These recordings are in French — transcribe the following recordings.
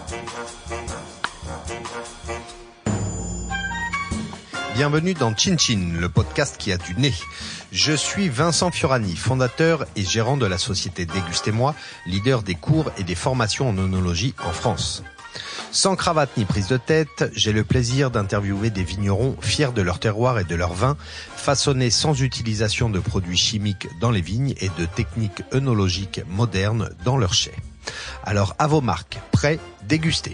Bienvenue dans Chin Chin, le podcast qui a du nez. Je suis Vincent Fiorani, fondateur et gérant de la société Dégustez-moi, leader des cours et des formations en œnologie en France. Sans cravate ni prise de tête, j'ai le plaisir d'interviewer des vignerons fiers de leur terroir et de leur vin, façonnés sans utilisation de produits chimiques dans les vignes et de techniques œnologiques modernes dans leurs chais. Alors à vos marques, prêts, dégustez.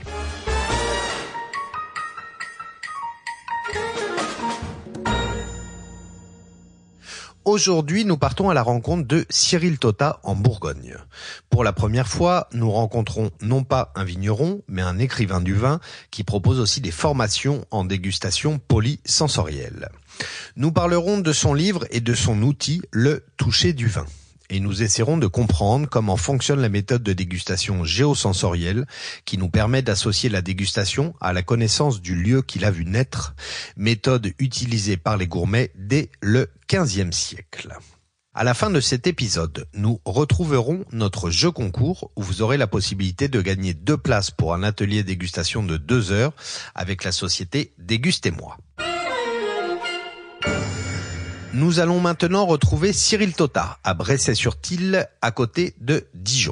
Aujourd'hui, nous partons à la rencontre de Cyril Tota en Bourgogne. Pour la première fois, nous rencontrons non pas un vigneron, mais un écrivain du vin qui propose aussi des formations en dégustation polysensorielle. Nous parlerons de son livre et de son outil, le toucher du vin. Et nous essaierons de comprendre comment fonctionne la méthode de dégustation géosensorielle qui nous permet d'associer la dégustation à la connaissance du lieu qu'il a vu naître, méthode utilisée par les gourmets dès le XVe siècle. À la fin de cet épisode, nous retrouverons notre jeu concours où vous aurez la possibilité de gagner 2 places pour un atelier dégustation de 2 heures avec la société Dégustez-moi. Nous allons maintenant retrouver Cyril Tota à Bresset-sur-Tille, à côté de Dijon.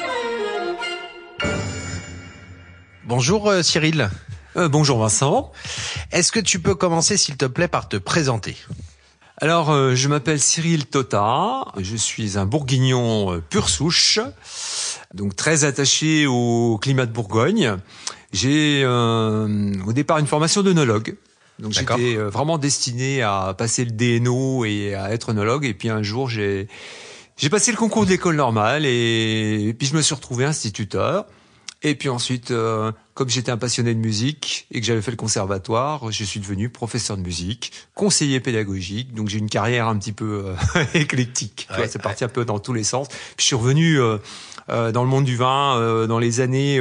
Bonjour Cyril. Bonjour Vincent. Est-ce que tu peux commencer s'il te plaît par te présenter ? Alors, je m'appelle Cyril Tota, je suis un bourguignon pure souche, donc très attaché au climat de Bourgogne. J'ai au départ une formation d'œnologue. Donc D'accord. J'étais vraiment destiné à passer le DNO et à être œnologue. Et puis un jour, j'ai passé le concours de l'école normale et puis je me suis retrouvé instituteur. Et puis ensuite, comme j'étais un passionné de musique et que j'avais fait le conservatoire, je suis devenu professeur de musique, conseiller pédagogique. Donc j'ai une carrière un petit peu éclectique. Ouais, c'est parti un peu dans tous les sens. Puis je suis revenu dans le monde du vin dans les années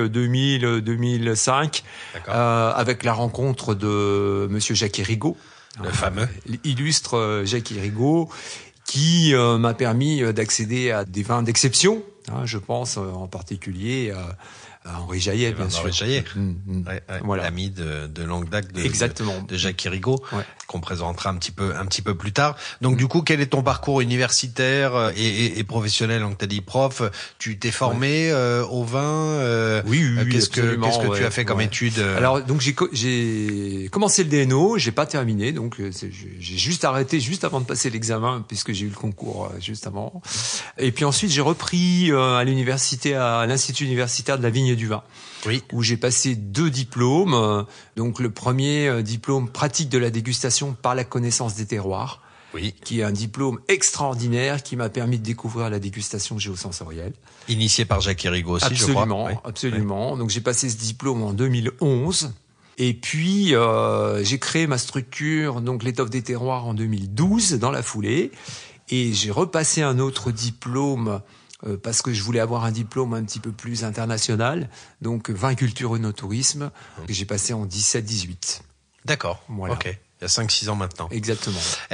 2000-2005 avec la rencontre de Monsieur Jacques Hérigaud, le fameux illustre Jacques Hérigaud, qui m'a permis d'accéder à des vins d'exception. Je pense en particulier à Henri Jaillet, bien sûr. Henri Jaillet, Voilà. l'ami de longue date Exactement. de Jacques Hérigaud, Ouais. qu'on présentera un petit peu plus tard. Donc du coup, quel est ton parcours universitaire et professionnel ? Donc tu as dit prof, tu t'es formé au vin. Oui, Qu'est-ce que tu as fait comme étude Alors donc j'ai commencé le DNO, j'ai pas terminé, donc j'ai juste arrêté juste avant de passer l'examen puisque j'ai eu le concours juste avant. Et puis ensuite j'ai repris à l'université, à l'Institut universitaire de la vigne et du vin. Oui. Où j'ai passé 2 diplômes. Donc le premier diplôme pratique de la dégustation par la connaissance des terroirs, Oui. qui est un diplôme extraordinaire qui m'a permis de découvrir la dégustation géosensorielle. Initié par Jacques Hérigaud aussi, Absolument, je crois. Oui. absolument. Donc j'ai passé ce diplôme en 2011. Et puis j'ai créé ma structure, donc l'étoffe des terroirs, en 2012 dans la foulée. Et j'ai repassé un autre diplôme parce que je voulais avoir un diplôme un petit peu plus international, donc vin, culture, œnotourisme, que j'ai passé en 17-18. D'accord. Voilà. Ok. Il y a 5-6 ans maintenant. Exactement.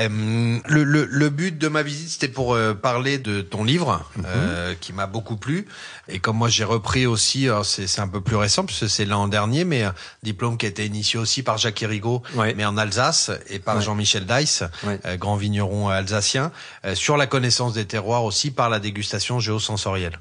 Le but de ma visite, c'était pour parler de ton livre, qui m'a beaucoup plu. Et comme moi, j'ai repris aussi, alors c'est un peu plus récent, parce que c'est l'an dernier, mais un diplôme qui a été initié aussi par Jacques Hérigaud, Ouais. mais en Alsace, et par Ouais. Jean-Michel Deiss, Ouais. grand vigneron alsacien, sur la connaissance des terroirs aussi par la dégustation géosensorielle.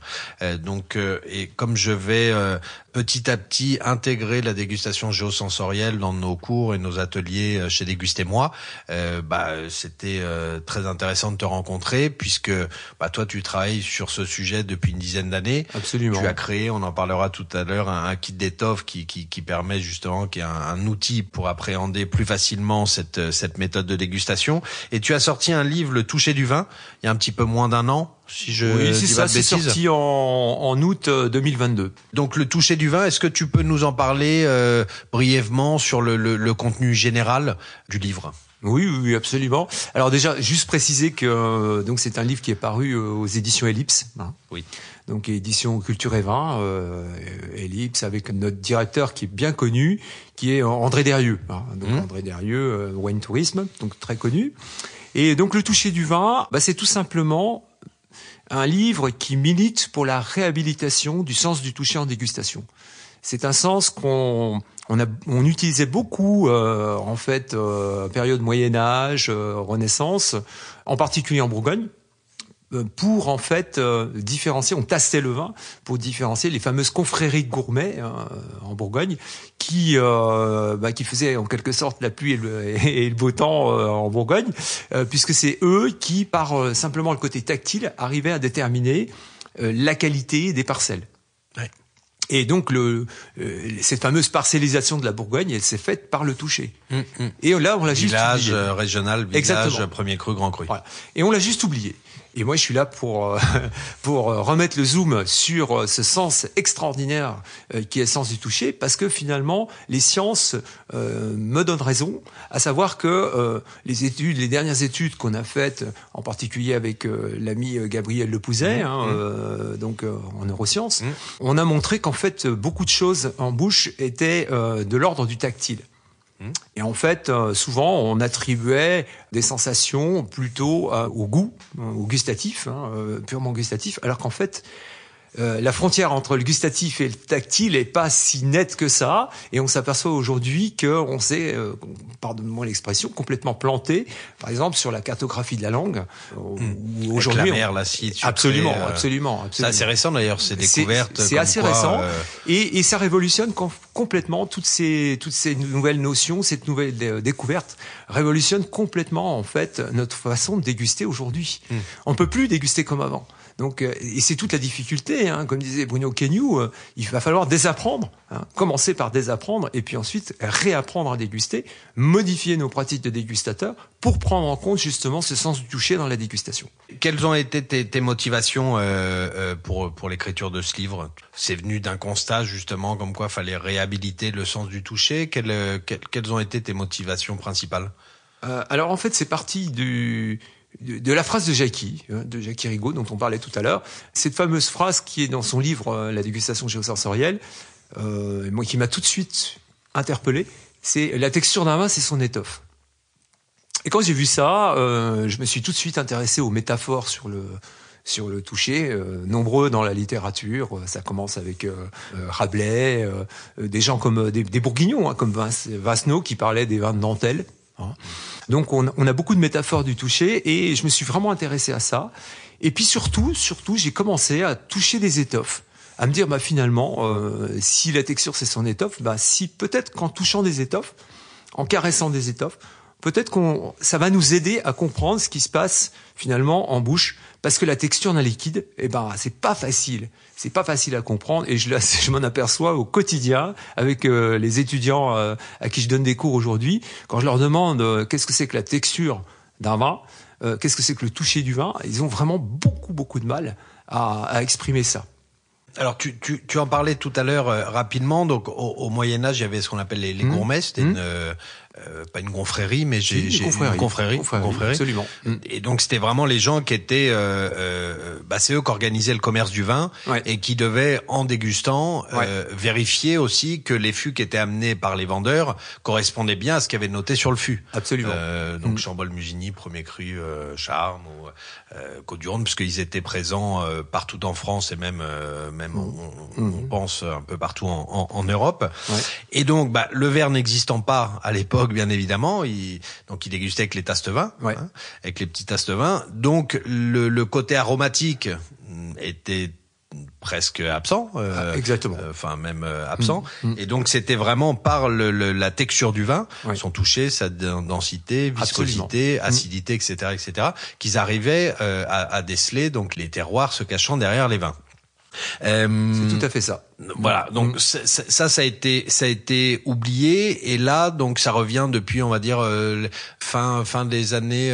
Et comme je vais petit à petit intégrer la dégustation géosensorielle dans nos cours et nos ateliers chez Dégustez-moi, c'était très intéressant de te rencontrer puisque toi tu travailles sur ce sujet depuis une dizaine d'années. Absolument. Tu as créé, on en parlera tout à l'heure, un kit d'étoffe qui permet justement, qui est un outil pour appréhender plus facilement cette méthode de dégustation. Et tu as sorti un livre, Le toucher du vin, il y a un petit peu moins d'1 an. Si je Oui, dis c'est pas ça, de c'est bêtises. sorti en août 2022. Donc le toucher du vin, est-ce que tu peux nous en parler brièvement sur le contenu général du livre ? Oui, absolument. Alors déjà, juste préciser que donc c'est un livre qui est paru aux éditions Ellipse. Oui. Donc édition Culture et Vin, Ellipse, avec notre directeur qui est bien connu, qui est André Derieux. Donc André Derieux, Wine Tourisme, donc très connu. Et donc le toucher du vin, c'est tout simplement un livre qui milite pour la réhabilitation du sens du toucher en dégustation. C'est un sens qu'on utilisait beaucoup en fait période Moyen Âge, Renaissance, en particulier en Bourgogne, pour en fait différencier. On tastait le vin pour différencier les fameuses confréries de gourmets en Bourgogne qui faisaient en quelque sorte la pluie et le beau temps en Bourgogne, puisque c'est eux qui, par simplement le côté tactile, arrivaient à déterminer la qualité des parcelles. Ouais. Et donc cette fameuse parcellisation de la Bourgogne, elle s'est faite par le toucher. Et là, on l'a juste oublié. Village régional, village, exactement. Premier cru, grand cru. Voilà. Et on l'a juste oublié. Et moi, je suis là pour remettre le zoom sur ce sens extraordinaire qui est le sens du toucher, parce que finalement, les sciences me donnent raison, à savoir que les dernières études qu'on a faites, en particulier avec l'ami Gabriel Lepouzet, donc en neurosciences, on a montré qu'en fait, beaucoup de choses en bouche étaient de l'ordre du tactile. Et en fait, souvent, on attribuait des sensations plutôt au goût, au gustatif, purement gustatif, alors qu'en fait, la frontière entre le gustatif et le tactile est pas si nette que ça, et on s'aperçoit aujourd'hui qu'on s'est, pardonne-moi l'expression, complètement planté, par exemple sur la cartographie de la langue. Aujourd'hui, la mer, l'acide sucré, absolument. C'est assez récent d'ailleurs, ces découvertes. C'est assez récent, et ça révolutionne complètement toutes ces nouvelles notions, cette nouvelle découverte révolutionne complètement en fait notre façon de déguster aujourd'hui. On peut plus déguster comme avant. Donc, et c'est toute la difficulté, comme disait Bruno Queignoux, il va falloir désapprendre, commencer par désapprendre et puis ensuite réapprendre à déguster, modifier nos pratiques de dégustateurs pour prendre en compte justement ce sens du toucher dans la dégustation. Quelles ont été tes motivations pour l'écriture de ce livre ? C'est venu d'un constat justement comme quoi fallait réhabiliter le sens du toucher. Quelles ont été tes motivations principales ? Alors en fait, c'est parti de la phrase de Jackie Rigaud, dont on parlait tout à l'heure. Cette fameuse phrase qui est dans son livre La dégustation géosensorielle, moi qui m'a tout de suite interpellé, c'est la texture d'un vin, c'est son étoffe. Et quand j'ai vu ça, je me suis tout de suite intéressé aux métaphores sur le toucher, nombreux dans la littérature. Ça commence avec Rabelais, des gens comme des bourguignons, comme Vincenot qui parlait des vins de dentelle. Donc on a beaucoup de métaphores du toucher et je me suis vraiment intéressé à ça. Et puis surtout, j'ai commencé à toucher des étoffes, à me dire finalement, si la texture c'est son étoffe, si peut-être qu'en touchant des étoffes, en caressant des étoffes, peut-être ça va nous aider à comprendre ce qui se passe finalement en bouche, parce que la texture d'un liquide, c'est pas facile à comprendre, et je m'en aperçois au quotidien avec les étudiants à qui je donne des cours aujourd'hui. Quand je leur demande qu'est-ce que c'est que la texture d'un vin, qu'est-ce que c'est que le toucher du vin, ils ont vraiment beaucoup de mal à exprimer ça. Alors tu en parlais tout à l'heure rapidement. Donc au Moyen Âge, il y avait ce qu'on appelle les gourmets. C'était pas une confrérie, mais une confrérie, absolument. Et donc c'était vraiment les gens qui étaient, c'est eux qui organisaient le commerce du vin, et qui devaient, en dégustant, vérifier aussi que les fûts qui étaient amenés par les vendeurs correspondaient bien à ce qu'il y avait noté sur le fût. Absolument. Donc Chambol-Musigny, Premier Cru, Charmes ou Côte-du-Rhône, puisqu'ils étaient présents partout en France et même on pense un peu partout en Europe. Et donc le verre n'existant pas à l'époque, bien évidemment, ils dégustaient avec les tasses-vins, avec les petits tasses-vins. Donc le côté aromatique était presque absent, exactement. Même absent. Et donc c'était vraiment par la texture du vin, son toucher, sa densité, viscosité, acidité, etc., qu'ils arrivaient à déceler donc les terroirs se cachant derrière les vins. C'est tout à fait ça. Voilà, donc ça a été oublié, et là donc ça revient depuis, on va dire, fin des années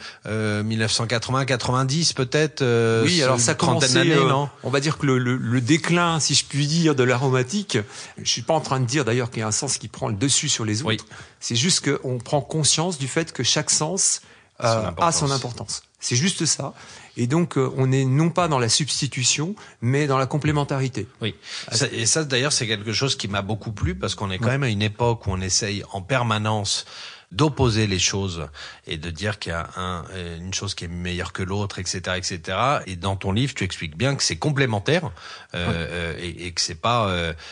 1980-90 peut-être. Oui, alors ça a commencé, on va dire que le déclin, si je puis dire, de l'aromatique. Je suis pas en train de dire d'ailleurs qu'il y a un sens qui prend le dessus sur les autres. C'est juste qu'on prend conscience du fait que chaque sens a son importance. C'est juste ça. Et donc, on est non pas dans la substitution, mais dans la complémentarité. Oui. Et ça, d'ailleurs, c'est quelque chose qui m'a beaucoup plu parce qu'on est quand même à une époque où on essaye en permanence d'opposer les choses et de dire qu'il y a une chose qui est meilleure que l'autre, etc., etc. Et dans ton livre, tu expliques bien que c'est complémentaire et que c'est pas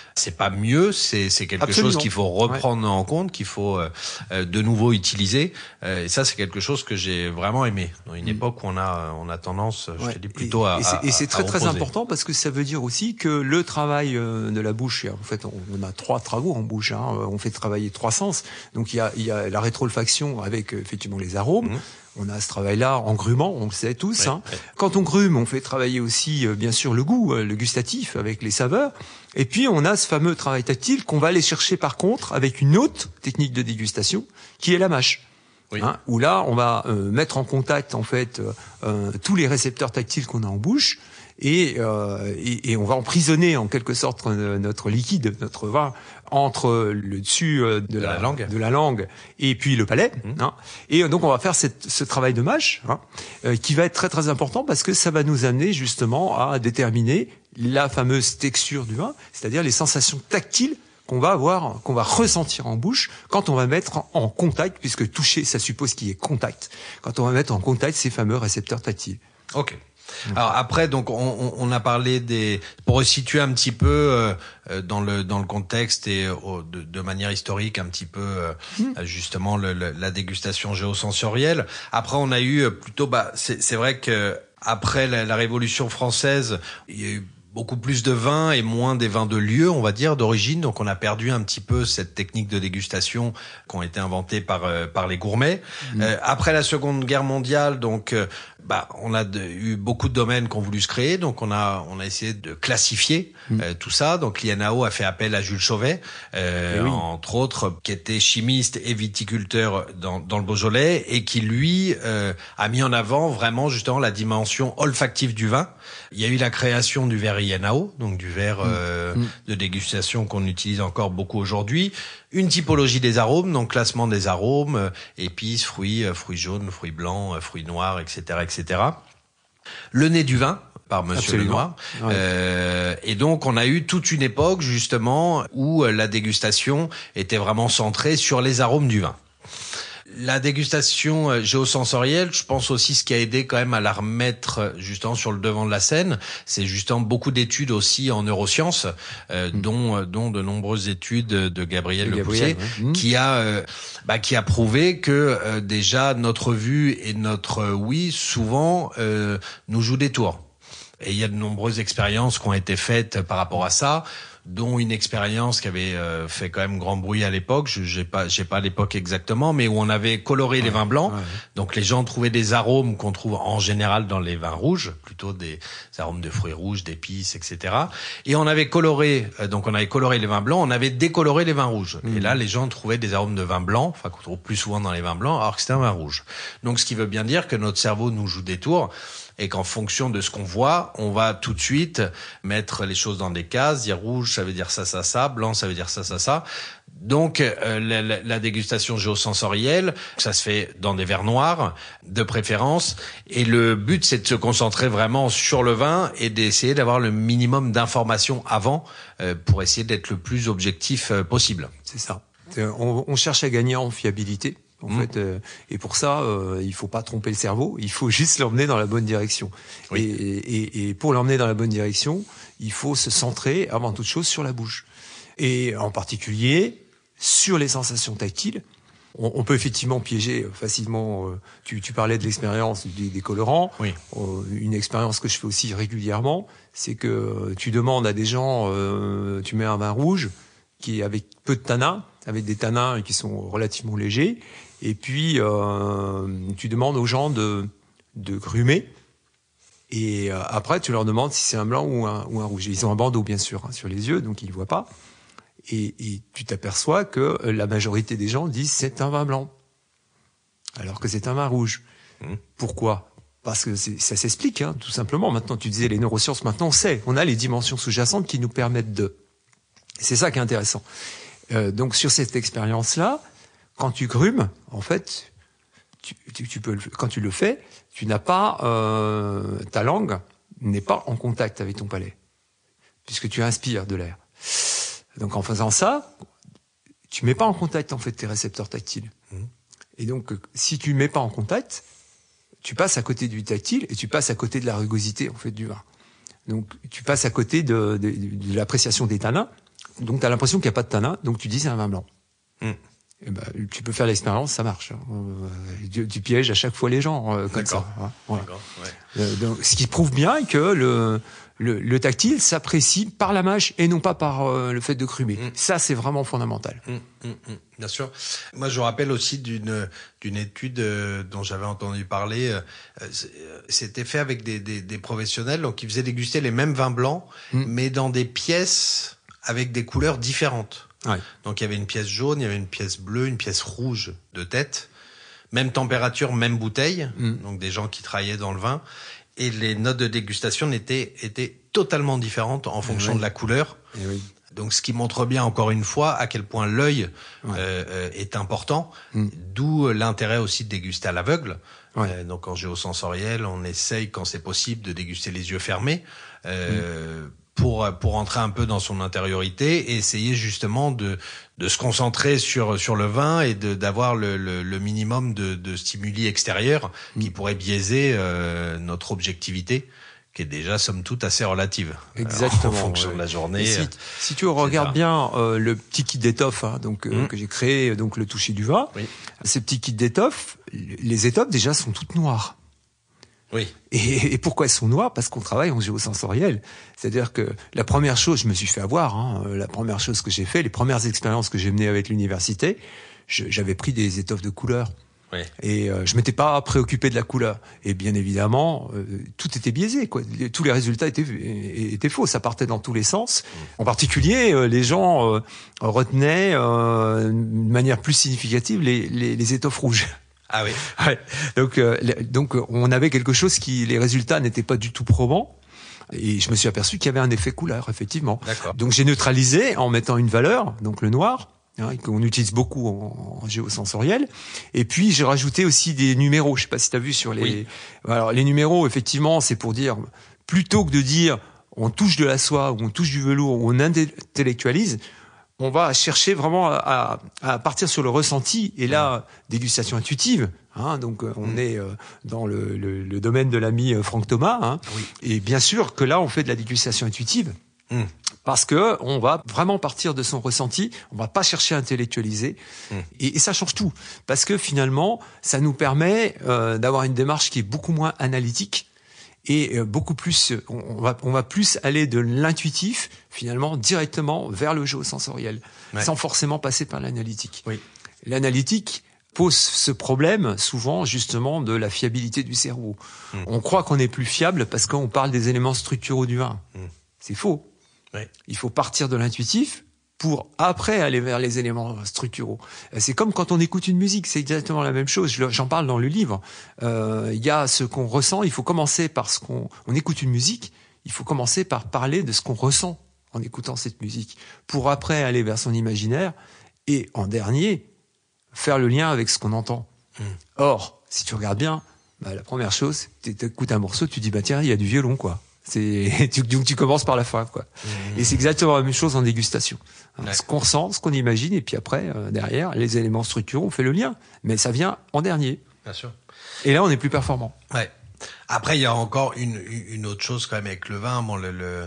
mieux, c'est quelque Absolument. chose qu'il faut reprendre en compte, qu'il faut de nouveau utiliser. Et ça, c'est quelque chose que j'ai vraiment aimé dans une époque où on a tendance, je te dis, plutôt à et c'est très opposer. très important parce que ça veut dire aussi que le travail de la bouche, en fait, on a 3 travaux en bouche, hein, on fait travailler 3 sens. Donc il y a la rétro-olfaction avec effectivement les arômes. On a ce travail-là en grumant, on le sait tous. Hein. Quand on grume, on fait travailler aussi bien sûr le goût, le gustatif avec les saveurs. Et puis on a ce fameux travail tactile qu'on va aller chercher par contre avec une autre technique de dégustation qui est la mâche. Oui. Hein, où là on va mettre en contact en fait tous les récepteurs tactiles qu'on a en bouche. Et on va emprisonner en quelque sorte notre liquide, notre vin entre le dessus de la langue et puis le palais. Hein. Et donc on va faire ce travail de mâche qui va être très très important parce que ça va nous amener justement à déterminer la fameuse texture du vin, c'est-à-dire les sensations tactiles qu'on va avoir, qu'on va ressentir en bouche quand on va mettre en contact, puisque toucher ça suppose qu'il y ait contact, quand on va mettre en contact ces fameux récepteurs tactiles. Ok. Alors après, donc on a parlé pour resituer un petit peu dans le contexte et de manière historique un petit peu justement la dégustation géosensorielle. Après, on a eu plutôt, c'est vrai que après la Révolution française, il y a eu beaucoup plus de vins et moins des vins de lieu, on va dire, d'origine. Donc on a perdu un petit peu cette technique de dégustation qui ont été inventées par les gourmets. Après la Seconde Guerre mondiale, donc on a eu beaucoup de domaines qui ont voulu se créer. Donc on a essayé de classifier tout ça. Donc l'INAO a fait appel à Jules Chauvet, entre autres, qui était chimiste et viticulteur dans le Beaujolais et qui lui a mis en avant vraiment justement la dimension olfactive du vin. Il y a eu la création du verre INAO, donc du verre de dégustation qu'on utilise encore beaucoup aujourd'hui. Une typologie des arômes, donc classement des arômes, épices, fruits jaunes, fruits blancs, fruits noirs, etc., etc. Le nez du vin par Monsieur Lenoir. Et donc on a eu toute une époque justement où la dégustation était vraiment centrée sur les arômes du vin. La dégustation géosensorielle, je pense aussi ce qui a aidé quand même à la remettre justement sur le devant de la scène, c'est justement beaucoup d'études aussi en neurosciences, dont de nombreuses études de Gabriel Lepoussier, qui a prouvé que déjà notre vue et notre ouïe souvent nous jouent des tours. Et il y a de nombreuses expériences qui ont été faites par rapport à ça, dont une expérience qui avait fait quand même grand bruit à l'époque, j'ai pas l'époque exactement, mais où on avait coloré les vins blancs. Donc les gens trouvaient des arômes qu'on trouve en général dans les vins rouges, plutôt des arômes de fruits rouges, d'épices, etc. Et on avait coloré les vins blancs, on avait décoloré les vins rouges. Et là, les gens trouvaient des arômes de vin blanc, qu'on trouve plus souvent dans les vins blancs, alors que c'était un vin rouge. Donc ce qui veut bien dire que notre cerveau nous joue des tours. Et qu'en fonction de ce qu'on voit, on va tout de suite mettre les choses dans des cases, dire rouge, ça veut dire ça, ça, ça, blanc, ça veut dire ça, ça, ça. Donc, la dégustation géosensorielle, ça se fait dans des verres noirs, de préférence. Et le but, c'est de se concentrer vraiment sur le vin et d'essayer d'avoir le minimum d'informations avant pour essayer d'être le plus objectif possible. C'est ça. On cherche à gagner en fiabilité. En fait, et pour ça, il faut pas tromper le cerveau. Il faut juste l'emmener dans la bonne direction. Oui. Et pour l'emmener dans la bonne direction, il faut se centrer avant toute chose sur la bouche. Et en particulier sur les sensations tactiles. On peut effectivement piéger facilement. Tu parlais de l'expérience des colorants. Oui. Une expérience que je fais aussi régulièrement, c'est que tu demandes à des gens, tu mets un vin rouge qui est avec peu de tanins, avec des tanins qui sont relativement légers. Et puis, tu demandes aux gens de grumer. Et après, tu leur demandes si c'est un blanc ou un rouge. Ils ont un bandeau, bien sûr, sur les yeux, donc ils ne voient pas. Et tu t'aperçois que la majorité des gens disent c'est un vin blanc, alors que c'est un vin rouge. Pourquoi ? Parce que ça s'explique, tout simplement. Maintenant, tu disais les neurosciences, maintenant on sait. On a les dimensions sous-jacentes qui nous permettent de... C'est ça qui est intéressant. Donc sur cette expérience-là, quand tu grumes, en fait, tu peux, quand tu le fais, tu n'as pas, ta langue n'est pas en contact avec ton palais, puisque tu inspires de l'air. Donc en faisant ça, tu mets pas en contact en fait tes récepteurs tactiles. Et donc si tu mets pas en contact, tu passes à côté du tactile et tu passes à côté de la rugosité en fait du vin. Donc tu passes à côté de l'appréciation des tanins. Donc tu as l'impression qu'il n'y a pas de tanins, donc tu dis c'est un vin blanc. Et ben, tu peux faire l'expérience, ça marche. Tu pièges à chaque fois les gens comme ça. Ouais. Donc, ce qui prouve bien que le tactile s'apprécie par la mâche et non pas par le fait de crumer. Ça, c'est vraiment fondamental. Bien sûr. Moi, je me rappelle aussi d'une étude dont j'avais entendu parler. C'était fait avec des professionnels, donc ils faisaient déguster les mêmes vins blancs, mais dans des pièces avec des couleurs différentes. Ouais. Donc il y avait une pièce jaune, il y avait une pièce bleue, une pièce rouge de tête, même température, même bouteille, donc des gens qui travaillaient dans le vin, et les notes de dégustation étaient totalement différentes en fonction de la couleur. Donc ce qui montre bien encore une fois à quel point l'œil est important, d'où l'intérêt aussi de déguster à l'aveugle. Donc en géosensoriel, on essaye quand c'est possible de déguster les yeux fermés. Pour entrer un peu dans son intériorité et essayer justement de se concentrer sur le vin et d'avoir le minimum de stimuli extérieurs qui pourraient biaiser notre objectivité, qui est déjà somme toute assez relative. Exactement. En fonction de la journée. Si tu regardes bien le petit kit d'étoffe que j'ai créé, donc le toucher du vin, ces petits kits d'étoffe, les étoffes déjà sont toutes noires. Oui. Et pourquoi elles sont noires? Parce qu'on travaille en géosensoriel. C'est-à-dire que la première chose, je me suis fait avoir, la première chose que j'ai fait, les premières expériences que j'ai menées avec l'université, j'avais pris des étoffes de couleur. Et je m'étais pas préoccupé de la couleur. Et bien évidemment, tout était biaisé, quoi. Tous les résultats étaient faux. Ça partait dans tous les sens. En particulier, les gens retenaient de manière plus significative les étoffes rouges. Ah oui. Donc on avait quelque chose qui, les résultats n'étaient pas du tout probants. Et je me suis aperçu qu'il y avait un effet couleur, effectivement. D'accord. Donc j'ai neutralisé en mettant une valeur, donc le noir, qu'on utilise beaucoup en géosensoriel. Et puis j'ai rajouté aussi des numéros. Je sais pas si tu as vu sur les. Oui. Alors les numéros, effectivement, c'est pour dire, plutôt que de dire on touche de la soie ou on touche du velours ou on intellectualise, on va chercher vraiment à partir sur le ressenti. Et là, dégustation intuitive. Donc on est dans le domaine de l'ami Franck Thomas. Et bien sûr que là, on fait de la dégustation intuitive. Parce que on va vraiment partir de son ressenti, on va pas chercher à intellectualiser, et ça change tout. Parce que finalement, ça nous permet d'avoir une démarche qui est beaucoup moins analytique et beaucoup plus. On va plus aller de l'intuitif finalement directement vers le géosensoriel, sans forcément passer par l'analytique. L'analytique pose ce problème souvent justement de la fiabilité du cerveau. On croit qu'on est plus fiable parce qu'on parle des éléments structuraux du vin. C'est faux. Il faut partir de l'intuitif pour après aller vers les éléments structuraux. C'est comme quand on écoute une musique, c'est exactement la même chose. J'en parle dans le livre. Il y a ce qu'on ressent. Il faut commencer par on écoute une musique. Il faut commencer par parler de ce qu'on ressent en écoutant cette musique, pour après aller vers son imaginaire et en dernier faire le lien avec ce qu'on entend. Or, si tu regardes bien, la première chose, tu écoutes un morceau, tu dis tiens, il y a du violon, quoi. Donc tu commences par la fin, quoi. Et c'est exactement la même chose en dégustation. Ce qu'on ressent, ce qu'on imagine, et puis après, derrière, les éléments structuraux, on fait le lien. Mais ça vient en dernier. Bien sûr. Et là, on est plus performant. Après, il y a encore une autre chose quand même avec le vin. Bon,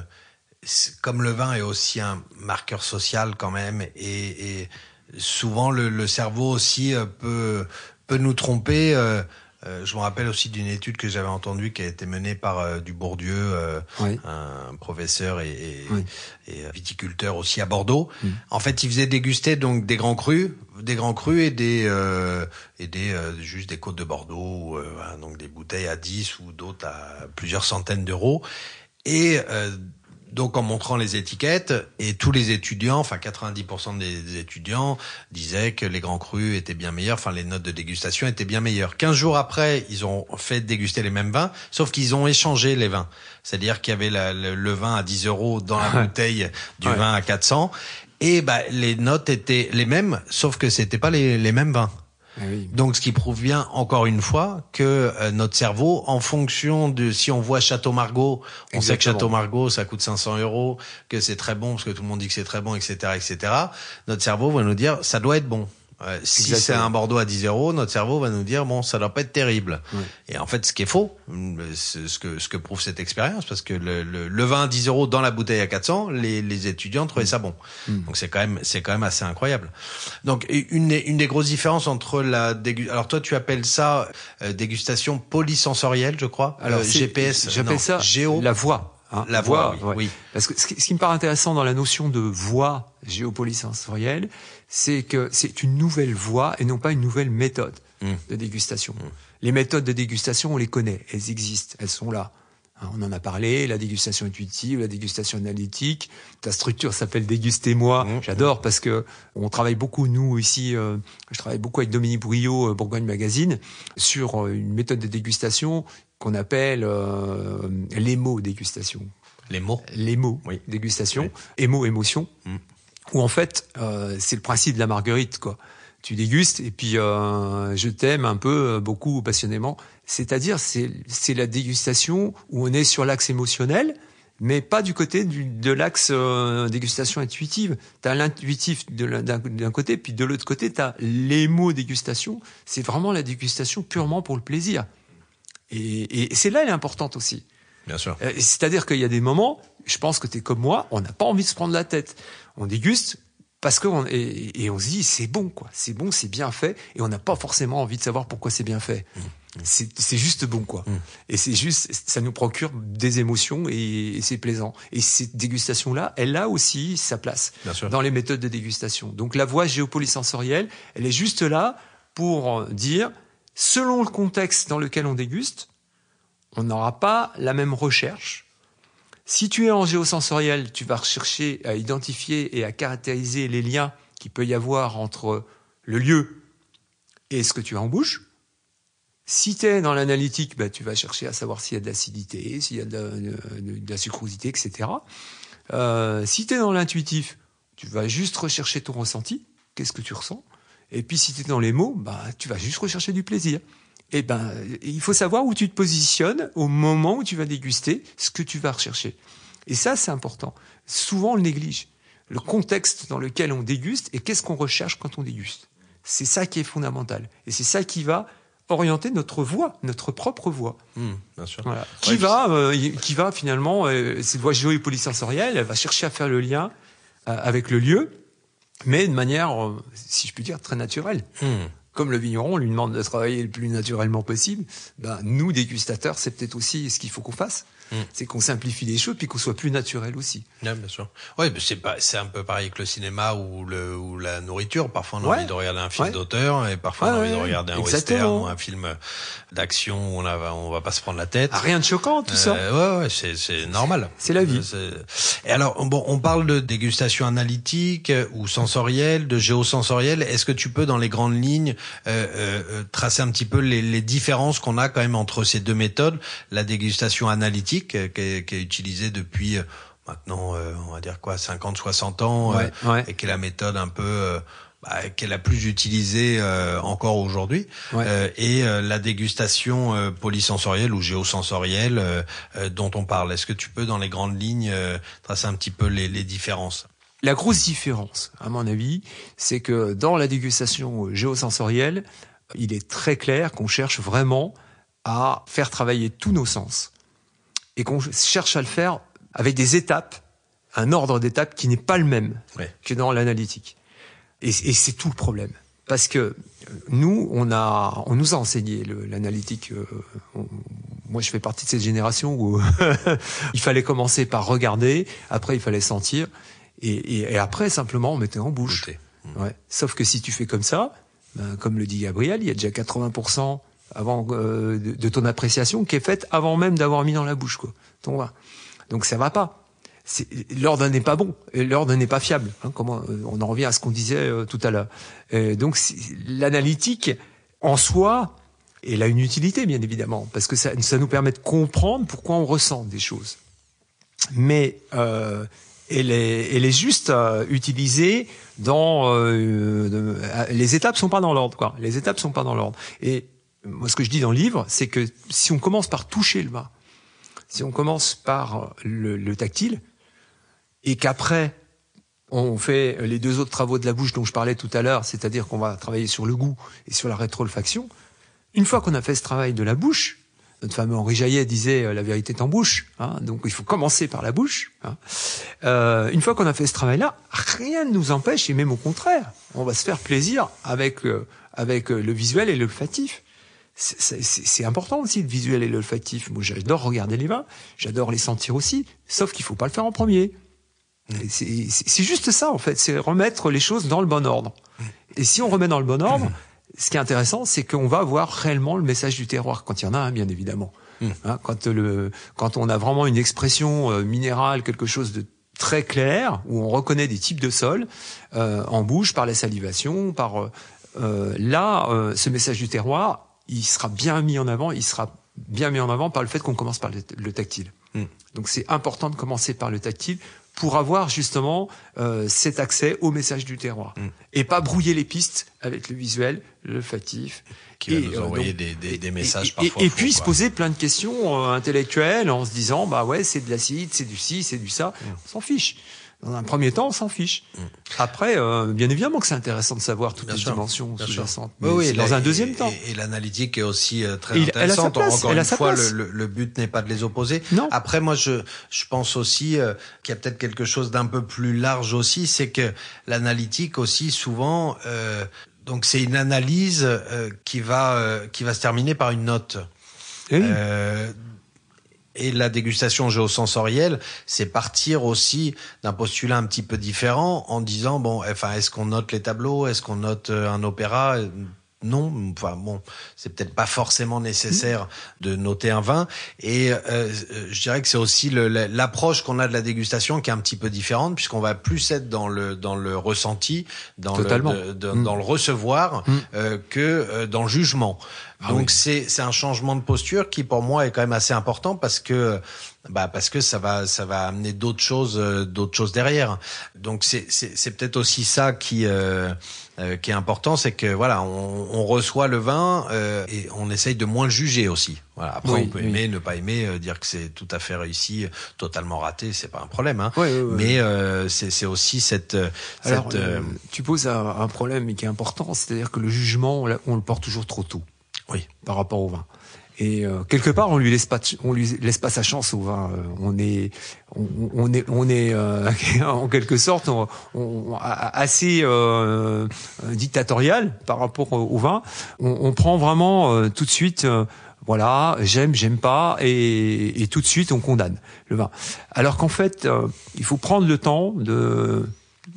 comme le vin est aussi un marqueur social quand même, et souvent le cerveau aussi peut nous tromper. Je me rappelle aussi d'une étude que j'avais entendue qui a été menée par du Bourdieu, un professeur et viticulteur aussi à Bordeaux. En fait, il faisait déguster donc des grands crus et juste des côtes de Bordeaux, donc des bouteilles à 10 ou d'autres à plusieurs centaines d'euros. Et donc en montrant les étiquettes, et tous les étudiants, enfin 90% des étudiants disaient que les grands crus étaient bien meilleurs, enfin les notes de dégustation étaient bien meilleures. 15 jours après, ils ont fait déguster les mêmes vins, sauf qu'ils ont échangé les vins. C'est-à-dire qu'il y avait le vin à 10 euros dans la bouteille du vin à 400, et les notes étaient les mêmes, sauf que c'était pas les mêmes vins. Oui. Donc, ce qui prouve bien, encore une fois, que notre cerveau, en fonction de si on voit Château Margaux, on sait que Château Margaux, ça coûte 500 €, que c'est très bon, parce que tout le monde dit que c'est très bon, etc., etc. Notre cerveau va nous dire, ça doit être bon. Si c'est un Bordeaux à 10 €, notre cerveau va nous dire, bon, ça doit pas être terrible. Oui. Et en fait, ce qui est faux, c'est ce que prouve cette expérience, parce que le vin à 10 € dans la bouteille à 400, les étudiants trouvaient ça bon. Donc c'est quand même assez incroyable. Donc une des grosses différences entre alors toi tu appelles ça dégustation polysensorielle, je crois. Alors GPS. J'appelle ça la voix. Hein, la voix, oui. Parce que ce qui me paraît intéressant dans la notion de voix géopolysensorielle, c'est que c'est une nouvelle voie et non pas une nouvelle méthode de dégustation. Les méthodes de dégustation, on les connaît, elles existent, elles sont là. Hein, on en a parlé, la dégustation intuitive, la dégustation analytique. Ta structure s'appelle Dégustez-moi. J'adore parce que on travaille beaucoup, nous ici, je travaille beaucoup avec Dominique Brouillot, Bourgogne Magazine, sur une méthode de dégustation qu'on appelle l'émo dégustation. L'émo dégustation, oui. émo émotion, où en fait c'est le principe de la marguerite, quoi. Tu dégustes et puis je t'aime un peu, beaucoup, passionnément. C'est-à-dire c'est la dégustation où on est sur l'axe émotionnel, mais pas du côté de l'axe dégustation intuitive. T'as l'intuitif d'un côté, puis de l'autre côté t'as l'émo-dégustation. C'est vraiment la dégustation purement pour le plaisir. Et c'est là elle est importante aussi. Bien sûr. C'est-à-dire qu'il y a des moments, je pense que t'es comme moi, on n'a pas envie de se prendre la tête. On déguste parce que on se dit c'est bon, quoi. C'est bon, c'est bien fait, et on n'a pas forcément envie de savoir pourquoi c'est bien fait. C'est juste bon, quoi. Et c'est juste, ça nous procure des émotions et c'est plaisant. Et cette dégustation-là, elle a aussi sa place dans les méthodes de dégustation. Donc la voie géopolysensorielle, elle est juste là pour dire, selon le contexte dans lequel on déguste, on n'aura pas la même recherche. Si tu es en géosensoriel, tu vas rechercher à identifier et à caractériser les liens qu'il peut y avoir entre le lieu et ce que tu as en bouche. Si tu es dans l'analytique, tu vas chercher à savoir s'il y a de l'acidité, s'il y a de la sucrosité, etc. Si tu es dans l'intuitif, tu vas juste rechercher ton ressenti, qu'est-ce que tu ressens. Et puis si tu es dans les mots, tu vas juste rechercher du plaisir. Et il faut savoir où tu te positionnes au moment où tu vas déguster ce que tu vas rechercher. Et ça, c'est important. Souvent, on le néglige. Le contexte dans lequel on déguste et qu'est-ce qu'on recherche quand on déguste. C'est ça qui est fondamental. Et c'est ça qui va orienter notre voix, notre propre voix. Bien sûr. Voilà. Qui va finalement, cette voix géopolysensorielle, elle va chercher à faire le lien avec le lieu, mais de manière, si je puis dire, très naturelle. Comme le vigneron, on lui demande de travailler le plus naturellement possible, nous, dégustateurs, c'est peut-être aussi ce qu'il faut qu'on fasse. C'est qu'on simplifie les choses puis qu'on soit plus naturel aussi. Bien sûr. Ouais, c'est un peu pareil que le cinéma ou la nourriture. Parfois, on a envie de regarder un film d'auteur et parfois, on a envie de regarder un western ou un film d'action où on va pas se prendre la tête. Rien de choquant, tout ça. Ouais, c'est normal. C'est la vie. Et alors, on parle de dégustation analytique ou sensorielle, de géosensorielle. Est-ce que tu peux, dans les grandes lignes, tracer un petit peu les différences qu'on a quand même entre ces deux méthodes, la dégustation analytique qui est utilisée depuis maintenant on va dire 50 60 ans et qui est la méthode un peu qui est la plus utilisée encore aujourd'hui et la dégustation polysensorielle ou géosensorielle dont on parle. Est-ce que tu peux dans les grandes lignes tracer un petit peu les différences? La grosse différence, à mon avis, c'est que dans la dégustation géosensorielle, il est très clair qu'on cherche vraiment à faire travailler tous nos sens et qu'on cherche à le faire avec des étapes, un ordre d'étapes qui n'est pas le même que dans l'analytique. Et c'est tout le problème. Parce que nous, on nous a enseigné l'analytique. Moi, je fais partie de cette génération où il fallait commencer par regarder, après il fallait sentir, et après simplement on mettait en bouche. Sauf que si tu fais comme ça, comme le dit Gabriel, il y a déjà 80% avant de ton appréciation qui est faite avant même d'avoir mis dans la bouche, quoi. Donc ça va pas. L'ordre n'est pas bon, l'ordre n'est pas fiable. Comment on en revient à ce qu'on disait tout à l'heure. Donc l'analytique en soi, elle a une utilité bien évidemment, parce que ça nous permet de comprendre pourquoi on ressent des choses. Mais elle est juste utilisée dans les étapes sont pas dans l'ordre, quoi. Les étapes sont pas dans l'ordre. Et moi, ce que je dis dans le livre, c'est que si on commence par toucher le vin, si on commence par le tactile, et qu'après on fait les 2 autres travaux de la bouche dont je parlais tout à l'heure, c'est-à-dire qu'on va travailler sur le goût et sur la rétro-olfaction, une fois qu'on a fait ce travail de la bouche, notre fameux Henri Jaillet disait la vérité est en bouche, hein, donc il faut commencer par la bouche. Hein. Une fois qu'on a fait ce travail-là, rien ne nous empêche, et même au contraire, on va se faire plaisir avec le visuel et l'olfactif. C'est important aussi le visuel et l'olfactif. Moi, j'adore regarder les vins, j'adore les sentir aussi, sauf qu'il faut pas le faire en premier. C'est juste ça, en fait, c'est remettre les choses dans le bon ordre. Et si on remet dans le bon ordre, ce qui est intéressant, c'est qu'on va avoir réellement le message du terroir, quand il y en a un, bien évidemment. Hein, quand on a vraiment une expression minérale, quelque chose de très clair, où on reconnaît des types de sols, en bouche, par la salivation, ce message du terroir, il sera bien mis en avant, par le fait qu'on commence par le tactile. Donc c'est important de commencer par le tactile pour avoir justement cet accès au message du terroir. Et pas brouiller les pistes avec le visuel, l'olfactif. Qui va nous envoyer des messages parfois. Et puis se poser plein de questions intellectuelles en se disant, bah ouais, c'est de l'acide, c'est du ci, c'est du ça. On s'en fiche. Dans un premier temps, on s'en fiche. Après, bien évidemment que c'est intéressant de savoir toutes les dimensions sous-jacentes. Oui, dans un deuxième temps. Et l'analytique est aussi très intéressante. Encore une fois, le but n'est pas de les opposer. Non. Après, moi, je pense aussi qu'il y a peut-être quelque chose d'un peu plus large aussi, c'est que l'analytique aussi, souvent, donc c'est une analyse qui va se terminer par une note. Oui. Et la dégustation géosensorielle, c'est partir aussi d'un postulat un petit peu différent en disant, bon, enfin, est-ce qu'on note les tableaux? Est-ce qu'on note un opéra? Non, enfin bon, c'est peut-être pas forcément nécessaire de noter un vin. Et je dirais que c'est aussi l'approche qu'on a de la dégustation qui est un petit peu différente, puisqu'on va plus être dans le ressenti, dans le recevoir, que dans le jugement. Donc c'est un changement de posture qui pour moi est quand même assez important parce que ça va amener d'autres choses derrière. Donc c'est peut-être aussi ça qui est important, c'est que voilà, on reçoit le vin et on essaye de moins le juger aussi. Voilà. Après on peut aimer, ne pas aimer, dire que c'est tout à fait réussi, totalement raté, c'est pas un problème. Hein. Mais c'est aussi cette. Alors, tu poses un problème qui est important, c'est-à-dire que le jugement on le porte toujours trop tôt. Oui. Par rapport au vin. Et quelque part, on lui laisse pas sa chance au vin. On est en quelque sorte assez dictatorial par rapport au vin. On prend vraiment tout de suite. Voilà, j'aime pas, et tout de suite on condamne le vin. Alors qu'en fait, il faut prendre le temps de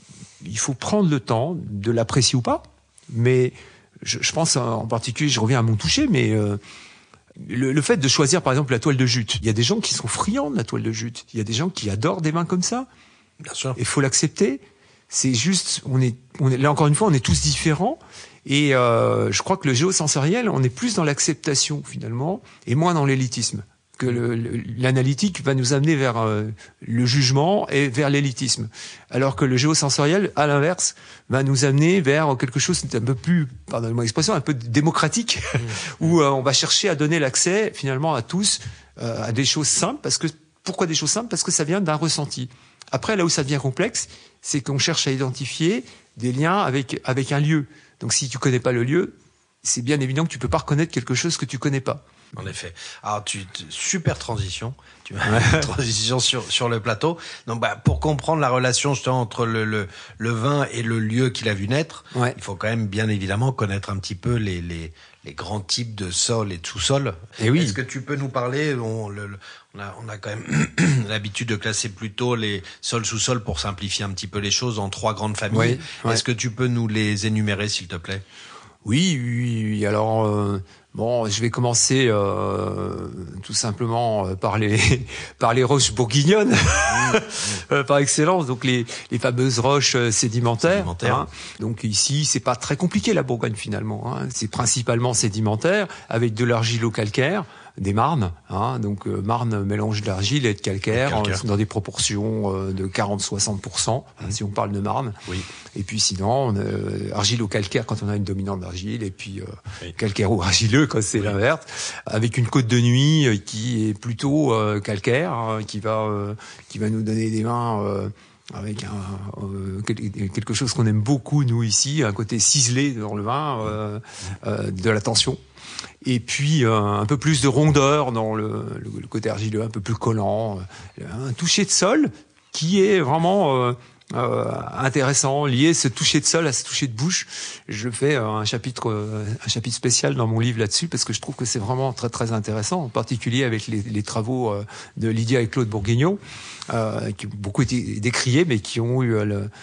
l'apprécier ou pas. Mais je pense en particulier, je reviens à mon toucher, mais le fait de choisir par exemple la toile de jute, il y a des gens qui sont friands de la toile de jute, il y a des gens qui adorent des vins comme ça. Bien sûr. Il faut l'accepter. C'est juste, on est là encore une fois, on est tous différents. Et je crois que le géosensoriel, on est plus dans l'acceptation finalement, et moins dans l'élitisme. Que l'analytique va nous amener vers le jugement et vers l'élitisme. Alors que le géosensoriel, à l'inverse, va nous amener vers quelque chose d'un peu plus, pardonnez-moi l'expression, un peu démocratique, où on va chercher à donner l'accès finalement à tous à des choses simples. Pourquoi des choses simples? Parce que ça vient d'un ressenti. Après, là où ça devient complexe, c'est qu'on cherche à identifier des liens avec un lieu. Donc si tu connais pas le lieu, c'est bien évident que tu peux pas reconnaître quelque chose que tu connais pas. En effet. Alors super transition. Tu m'as une transition sur le plateau. Donc pour comprendre la relation justement entre le vin et le lieu qu'il a vu naître, il faut quand même bien évidemment connaître un petit peu les grands types de sol et de sous-sol. Et oui. Est-ce que tu peux nous parler, on a quand même l'habitude de classer plutôt les sols sous-sol pour simplifier un petit peu les choses en 3 grandes familles. Oui. Est-ce que tu peux nous les énumérer s'il te plaît? Oui. Alors bon, je vais commencer tout simplement par les roches bourguignonnes par excellence, donc les fameuses roches sédimentaires. Hein. Donc ici, c'est pas très compliqué la Bourgogne finalement. Hein. C'est principalement sédimentaire avec de l'argilo-calcaire. des marnes, hein, donc marne mélange d'argile et de calcaire, dans des proportions de 40-60%, si on parle de marne. Oui. Et puis sinon, argile au calcaire quand on a une dominante d'argile, et puis calcaire ou argileux quand c'est l'inverse, avec une côte de nuit qui est plutôt calcaire, hein, qui va nous donner des vins avec quelque chose qu'on aime beaucoup nous ici, un côté ciselé dans le vin, de la tension. Et puis un peu plus de rondeur dans le côté argileux, un peu plus collant, un toucher de sol qui est vraiment intéressant, lié ce toucher de sol à ce toucher de bouche. Je fais un chapitre spécial dans mon livre là-dessus parce que je trouve que c'est vraiment très très intéressant, en particulier avec les travaux de Lydia et Claude Bourguignon, qui ont beaucoup été décriés, mais qui ont eu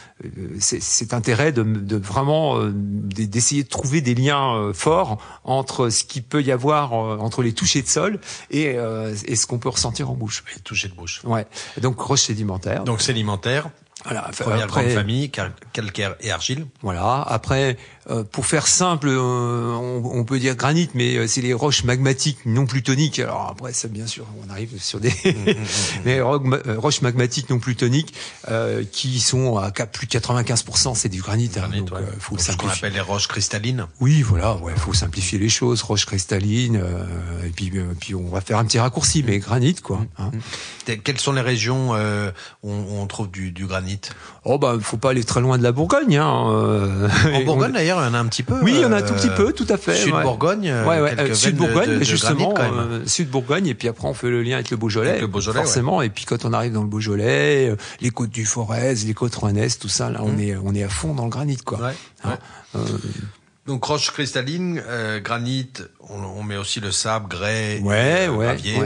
cet intérêt de vraiment d'essayer de trouver des liens forts entre ce qu'il peut y avoir entre les touchés de sol et ce qu'on peut ressentir en bouche. Les touchés de bouche. Ouais. Donc roche sédimentaire. Donc sédimentaire. Voilà, première grande famille, calcaire et argile. Voilà. Après, pour faire simple, on peut dire granit, mais c'est les roches magmatiques non plutoniques. Alors après, ça, bien sûr, on arrive sur des les roches magmatiques non plutoniques qui sont à plus de 95%, c'est du granit. Donc, faut donc ce qu'on appelle les roches cristallines. Oui, voilà. Ouais, faut simplifier les choses. Roches cristallines. Et puis on va faire un petit raccourci, mais granit, quoi. Hein. Quelles sont les régions où on trouve du granit? Oh bah, faut pas aller très loin de la Bourgogne. Hein. En Bourgogne d'ailleurs, il y en a un petit peu. Oui, il y en a un tout petit peu, tout à fait. Sud Bourgogne. Sud Bourgogne, justement. Granit, Sud Bourgogne, et puis après on fait le lien avec le Beaujolais. Avec le Beaujolais, forcément. Ouais. Et puis quand on arrive dans le Beaujolais, les côtes du Forez, les côtes rouennaises, tout ça, là, on est à fond dans le granit, quoi. Ouais. Hein, donc roche cristalline, granit, on met aussi le sable, grès, gravier.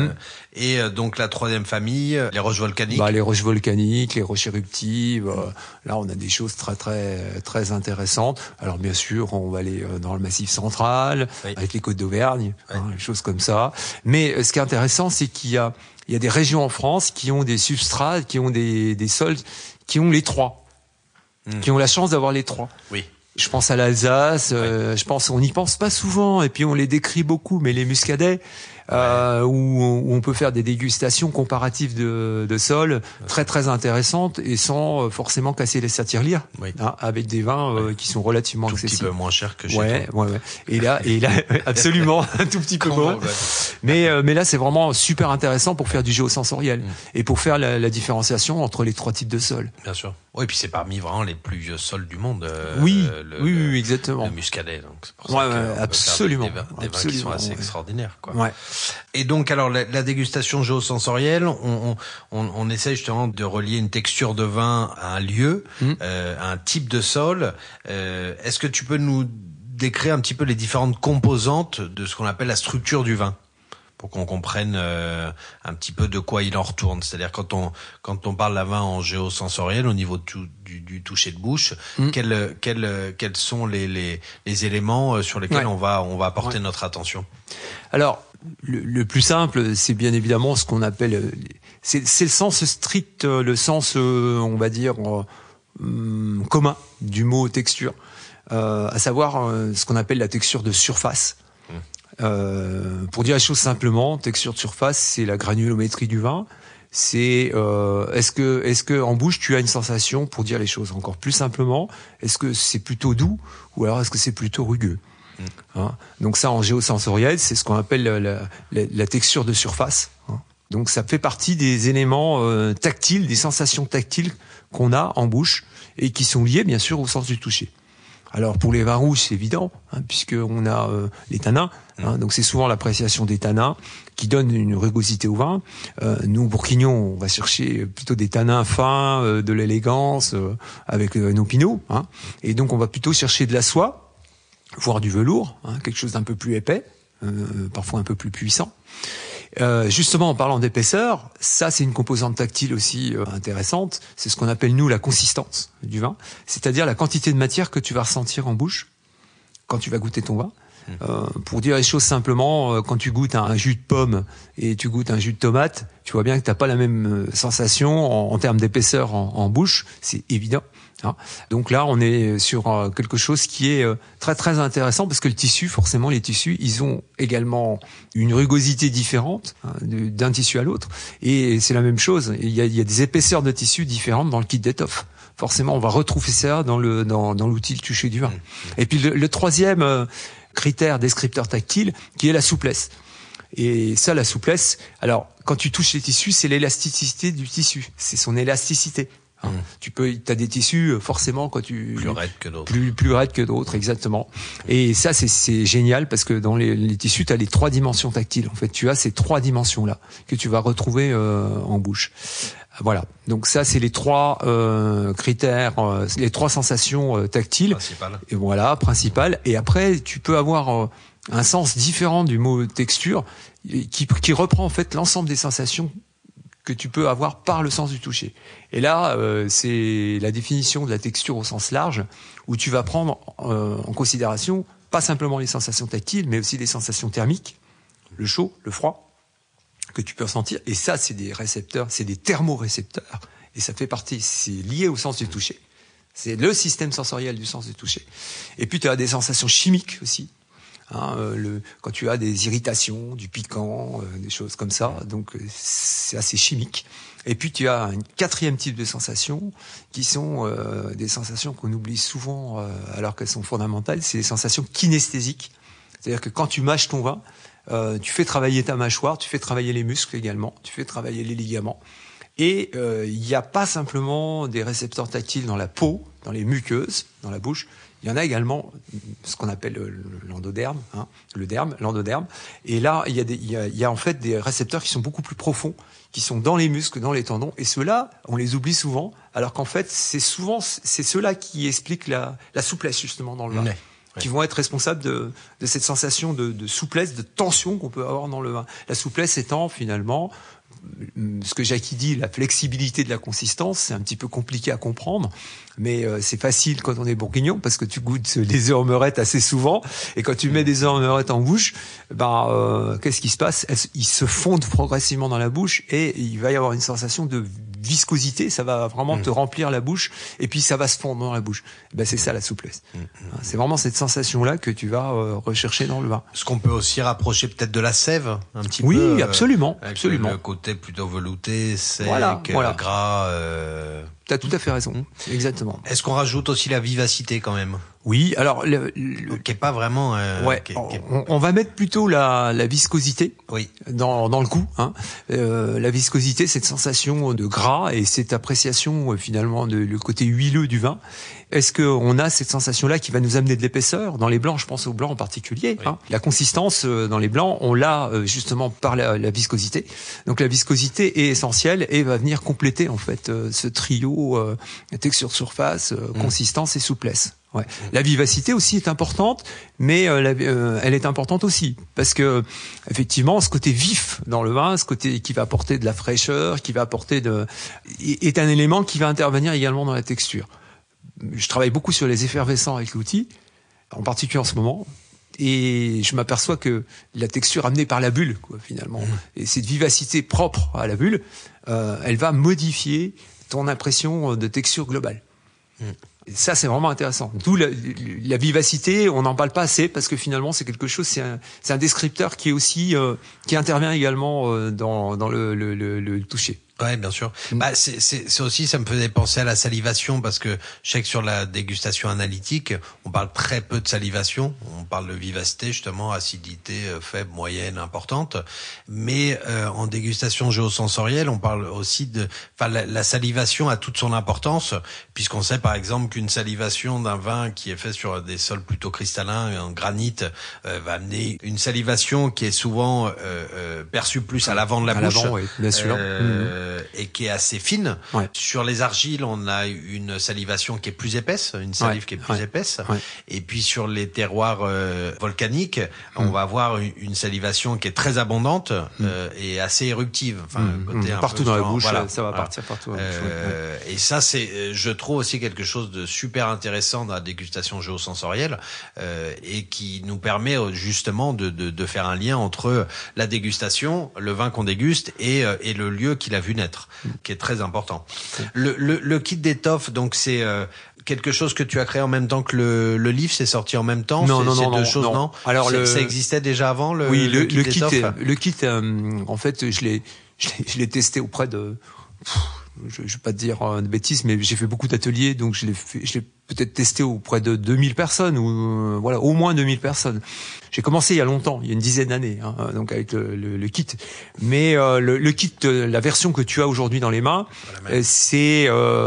Et donc la troisième famille, les roches volcaniques. Bah, les roches volcaniques, les roches éruptives. Là, on a des choses très très très intéressantes. Alors bien sûr, on va aller dans le Massif central, avec les côtes d'Auvergne, des choses comme ça. Mais ce qui est intéressant, c'est qu'il y a des régions en France qui ont des substrats, qui ont des sols, qui ont les trois, qui ont la chance d'avoir les trois. Oui. Je pense à l'Alsace, on n'y pense pas souvent, et puis on les décrit beaucoup, mais les muscadets, où on peut faire des dégustations comparatives de sol très très intéressantes et sans forcément casser les tirelires, avec des vins qui sont relativement accessibles. Un petit peu moins cher que chez toi. Ouais. Et là, absolument, un tout petit peu moins. Mais là, c'est vraiment super intéressant pour faire du géosensoriel et pour faire la différenciation entre les trois types de sols. Bien sûr. Oui, puis c'est parmi vraiment les plus vieux sols du monde. Oui, exactement. Le muscadet, donc c'est pour ça absolument. Des vins qui sont assez extraordinaires, quoi. Ouais. Et donc, alors, la dégustation géosensorielle, on essaie justement de relier une texture de vin à un lieu, à un type de sol. Est-ce que tu peux nous décrire un petit peu les différentes composantes de ce qu'on appelle la structure du vin, pour qu'on comprenne un petit peu de quoi il en retourne? C'est-à-dire quand on parle d'un vin en géosensoriel, au niveau du toucher de bouche, quels sont les éléments sur lesquels on va apporter notre attention? Alors, le plus simple, c'est bien évidemment ce qu'on appelle, c'est le sens strict, le sens, on va dire, commun du mot texture, à savoir ce qu'on appelle la texture de surface. Pour dire les choses simplement, texture de surface, c'est la granulométrie du vin. C'est est-ce que en bouche tu as une sensation, pour dire les choses encore plus simplement, est-ce que c'est plutôt doux ou alors est-ce que c'est plutôt rugueux? Donc ça, en géosensoriel, c'est ce qu'on appelle la texture de surface. Donc ça fait partie des éléments tactiles, des sensations tactiles qu'on a en bouche et qui sont liées bien sûr au sens du toucher. Alors pour les vins rouges, c'est évident, puisqu'on a les tanins. Donc c'est souvent l'appréciation des tanins qui donne une rugosité au vin. Nous, bourguignons, on va chercher plutôt des tanins fins, de l'élégance, avec nos pinots. Et donc on va plutôt chercher de la soie, voire du velours, quelque chose d'un peu plus épais, parfois un peu plus puissant. Justement, en parlant d'épaisseur, ça c'est une composante tactile aussi intéressante. C'est ce qu'on appelle nous la consistance du vin, c'est-à-dire la quantité de matière que tu vas ressentir en bouche quand tu vas goûter ton vin. Pour dire les choses simplement, quand tu goûtes un jus de pomme et tu goûtes un jus de tomate, tu vois bien que t'as pas la même sensation en termes d'épaisseur en bouche, c'est évident. Hein. Donc là, on est sur quelque chose qui est très très intéressant parce que le tissu, forcément, les tissus, ils ont également une rugosité différente d'un tissu à l'autre, et c'est la même chose. Il y a des épaisseurs de tissu différentes dans le kit d'étoffe. Forcément, on va retrouver ça dans l'outil le toucher du vin. Et puis le troisième critère descripteur tactile, qui est la souplesse. Et ça, la souplesse, alors quand tu touches les tissus, c'est l'élasticité du tissu, c'est son élasticité. T'as des tissus forcément quand tu plus raides que d'autres. Plus raides que d'autres, exactement. Et ça, c'est génial parce que dans les tissus, t'as les 3 dimensions tactiles. En fait, tu as ces 3 dimensions là que tu vas retrouver en bouche. Voilà. Donc ça, c'est les 3 critères, les 3 sensations tactiles. Principales. Et voilà, principales. Et après, tu peux avoir un sens différent du mot texture qui reprend en fait l'ensemble des sensations que tu peux avoir par le sens du toucher. Et là, c'est la définition de la texture au sens large, où tu vas prendre en considération pas simplement les sensations tactiles, mais aussi les sensations thermiques, le chaud, le froid, que tu peux ressentir. Et ça, c'est des récepteurs, c'est des thermorécepteurs. Et ça fait partie, c'est lié au sens du toucher. C'est le système sensoriel du sens du toucher. Et puis, tu as des sensations chimiques aussi. Quand tu as des irritations, du piquant, des choses comme ça, donc c'est assez chimique. Et puis tu as un 4e type de sensations qui sont des sensations qu'on oublie souvent alors qu'elles sont fondamentales, c'est les sensations kinesthésiques. C'est-à-dire que quand tu mâches ton vin, tu fais travailler ta mâchoire, tu fais travailler les muscles également, tu fais travailler les ligaments. Et il n'y a pas simplement des récepteurs tactiles dans la peau, dans les muqueuses, dans la bouche. Il y en a également ce qu'on appelle l'endoderme, l'endoderme. Et là, il y a en fait des récepteurs qui sont beaucoup plus profonds, qui sont dans les muscles, dans les tendons. Et ceux-là, on les oublie souvent, alors qu'en fait, c'est ceux-là qui expliquent la souplesse justement dans le vin. Qui vont être responsables de cette sensation de souplesse, de tension qu'on peut avoir dans le vin. La souplesse étant finalement ce que Jackie dit, la flexibilité de la consistance, c'est un petit peu compliqué à comprendre, mais c'est facile quand on est bourguignon parce que tu goûtes les œufs en meurette assez souvent, et quand tu mets des œufs en meurette en bouche, qu'est-ce qui se passe? Ils se fondent progressivement dans la bouche et il va y avoir une sensation de viscosité, ça va vraiment te remplir la bouche et puis ça va se fondre dans la bouche. C'est ça la souplesse. C'est vraiment cette sensation-là que tu vas rechercher dans le vin. Ce qu'on peut aussi rapprocher peut-être de la sève, un petit peu. Oui, absolument, avec absolument. Le côté plutôt velouté, sec, voilà. gras. T'as tout à fait raison, exactement. Est-ce qu'on rajoute aussi la vivacité quand même? Oui, alors qui est pas vraiment. On va mettre plutôt la viscosité. Oui. Dans le goût. La viscosité, cette sensation de gras et cette appréciation finalement de le côté huileux du vin. Est-ce que on a cette sensation-là qui va nous amener de l'épaisseur dans les blancs? Je pense aux blancs en particulier. Oui. La consistance dans les blancs, on l'a justement par la viscosité. Donc la viscosité est essentielle et va venir compléter en fait ce trio texture surface, consistance et souplesse. Ouais. La vivacité aussi est importante, mais elle est importante aussi parce que effectivement, ce côté vif dans le vin, ce côté qui va apporter de la fraîcheur, qui va apporter est un élément qui va intervenir également dans la texture. Je travaille beaucoup sur les effervescents avec l'outil, en particulier en ce moment, et je m'aperçois que la texture amenée par la bulle, finalement, et cette vivacité propre à la bulle, elle va modifier ton impression de texture globale. Et ça, c'est vraiment intéressant. D'où la vivacité, on n'en parle pas assez parce que finalement, c'est quelque chose, c'est un descripteur qui est aussi qui intervient également dans le toucher. Ouais, bien sûr. C'est aussi, ça me faisait penser à la salivation parce que je sais que sur la dégustation analytique, on parle très peu de salivation. On parle de vivacité, justement, acidité faible, moyenne, importante. Mais en dégustation géosensorielle, on parle aussi la salivation a toute son importance puisqu'on sait par exemple qu'une salivation d'un vin qui est fait sur des sols plutôt cristallins, en granit, va amener une salivation qui est souvent perçue plus à l'avant de la bouche. À l'avant, oui, bien sûr. et qui est assez fine. Ouais. Sur les argiles, on a une salivation qui est plus épaisse, une salive qui est plus épaisse. Ouais. Et puis sur les terroirs volcaniques, on va avoir une salivation qui est très abondante et assez éruptive. Enfin, côté un partout peu dans la genre, bouche, voilà. ça va partir partout. Et ça, c'est, je trouve aussi quelque chose de super intéressant dans la dégustation géosensorielle et qui nous permet justement de faire un lien entre la dégustation, le vin qu'on déguste et le lieu qu'il a vu naître, qui est très important. Le kit d'étoffe, donc c'est quelque chose que tu as créé en même temps que le livre, c'est sorti en même temps. Non. Deux choses, non. Alors ça existait déjà avant le kit. En fait, je l'ai testé auprès de. Je vais pas te dire de bêtises, mais j'ai fait beaucoup d'ateliers, donc je l'ai peut-être testé auprès de 2000 personnes ou voilà, au moins 2000 personnes. J'ai commencé il y a longtemps, il y a une dizaine d'années, donc avec le kit. Mais le kit, la version que tu as aujourd'hui dans les mains, c'est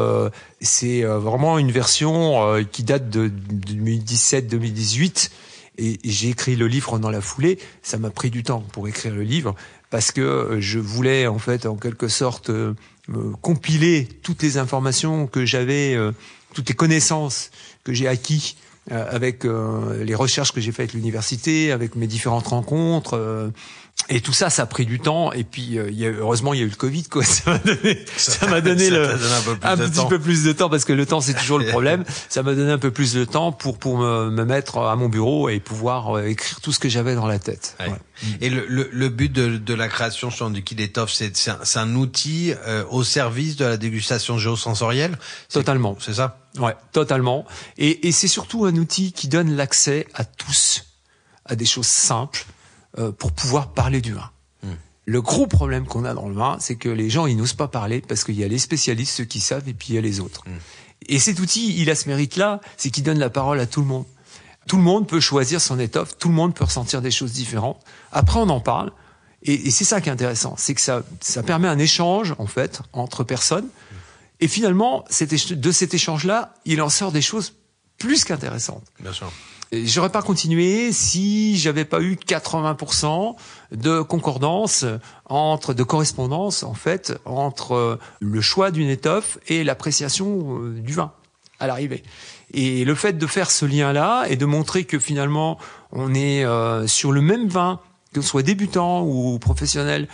vraiment une version qui date de 2017-2018. Et j'ai écrit le livre dans la foulée. Ça m'a pris du temps pour écrire le livre parce que je voulais en fait, en quelque sorte, compiler toutes les informations que j'avais, toutes les connaissances que j'ai acquis avec les recherches que j'ai faites avec l'université, avec mes différentes rencontres. Et tout ça, ça a pris du temps. Et puis, heureusement, il y a eu le Covid, quoi. Ça m'a donné un petit peu plus de temps parce que le temps, c'est toujours le problème. Ça m'a donné un peu plus de temps pour me mettre à mon bureau et pouvoir écrire tout ce que j'avais dans la tête. Ouais. Ouais. Et le but de la création du kit d'étoffe, c'est un outil au service de la dégustation géosensorielle. Totalement. C'est ça? Ouais, totalement. Et c'est surtout un outil qui donne l'accès à tous à des choses simples. Pour pouvoir parler du vin. Le gros problème qu'on a dans le vin, c'est que les gens, ils n'osent pas parler parce qu'il y a les spécialistes, ceux qui savent, et puis il y a les autres. Et cet outil, il a ce mérite-là, c'est qu'il donne la parole à tout le monde. Tout le monde peut choisir son étoffe, tout le monde peut ressentir des choses différentes. Après, on en parle. Et c'est ça qui est intéressant, c'est que ça permet un échange, en fait, entre personnes. Et finalement, de cet échange-là, il en sort des choses plus qu'intéressantes. Bien sûr. J'aurais pas continué si j'avais pas eu 80% de concordance de correspondance en fait entre le choix d'une étoffe et l'appréciation du vin à l'arrivée. Et le fait de faire ce lien-là et de montrer que finalement on est sur le même vin, que ce soit débutant ou professionnel,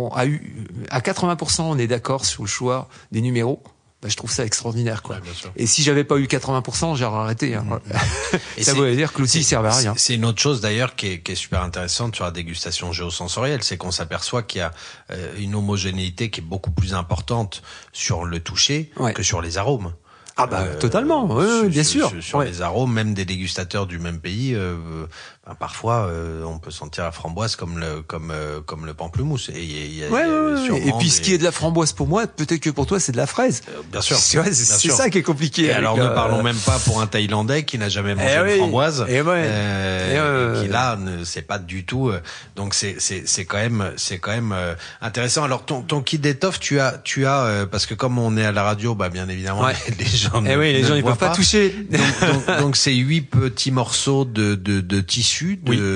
à 80% on est d'accord sur le choix des numéros. Je trouve ça extraordinaire, quoi. Ouais, et si j'avais pas eu 80%, j'aurais arrêté. Ça voulait dire que l'outil servait à rien. C'est une autre chose d'ailleurs qui est super intéressante sur la dégustation géosensorielle, c'est qu'on s'aperçoit qu'il y a une homogénéité qui est beaucoup plus importante sur le toucher que sur les arômes. Ah totalement, oui, bien sûr. Sur les arômes, même des dégustateurs du même pays, parfois on peut sentir la framboise comme le pamplemousse. Et puis ce qui est de la framboise pour moi, peut-être que pour toi c'est de la fraise. Bien sûr. C'est ça qui est compliqué. Et alors ne parlons même pas pour un Thaïlandais qui n'a jamais mangé de framboise, qui là ne sait pas du tout. Donc c'est quand même intéressant. Alors ton kit d'étoffe, tu as parce que comme on est à la radio, bien évidemment les gens les gens ils peuvent pas toucher. Donc c'est 8 petits morceaux de tissu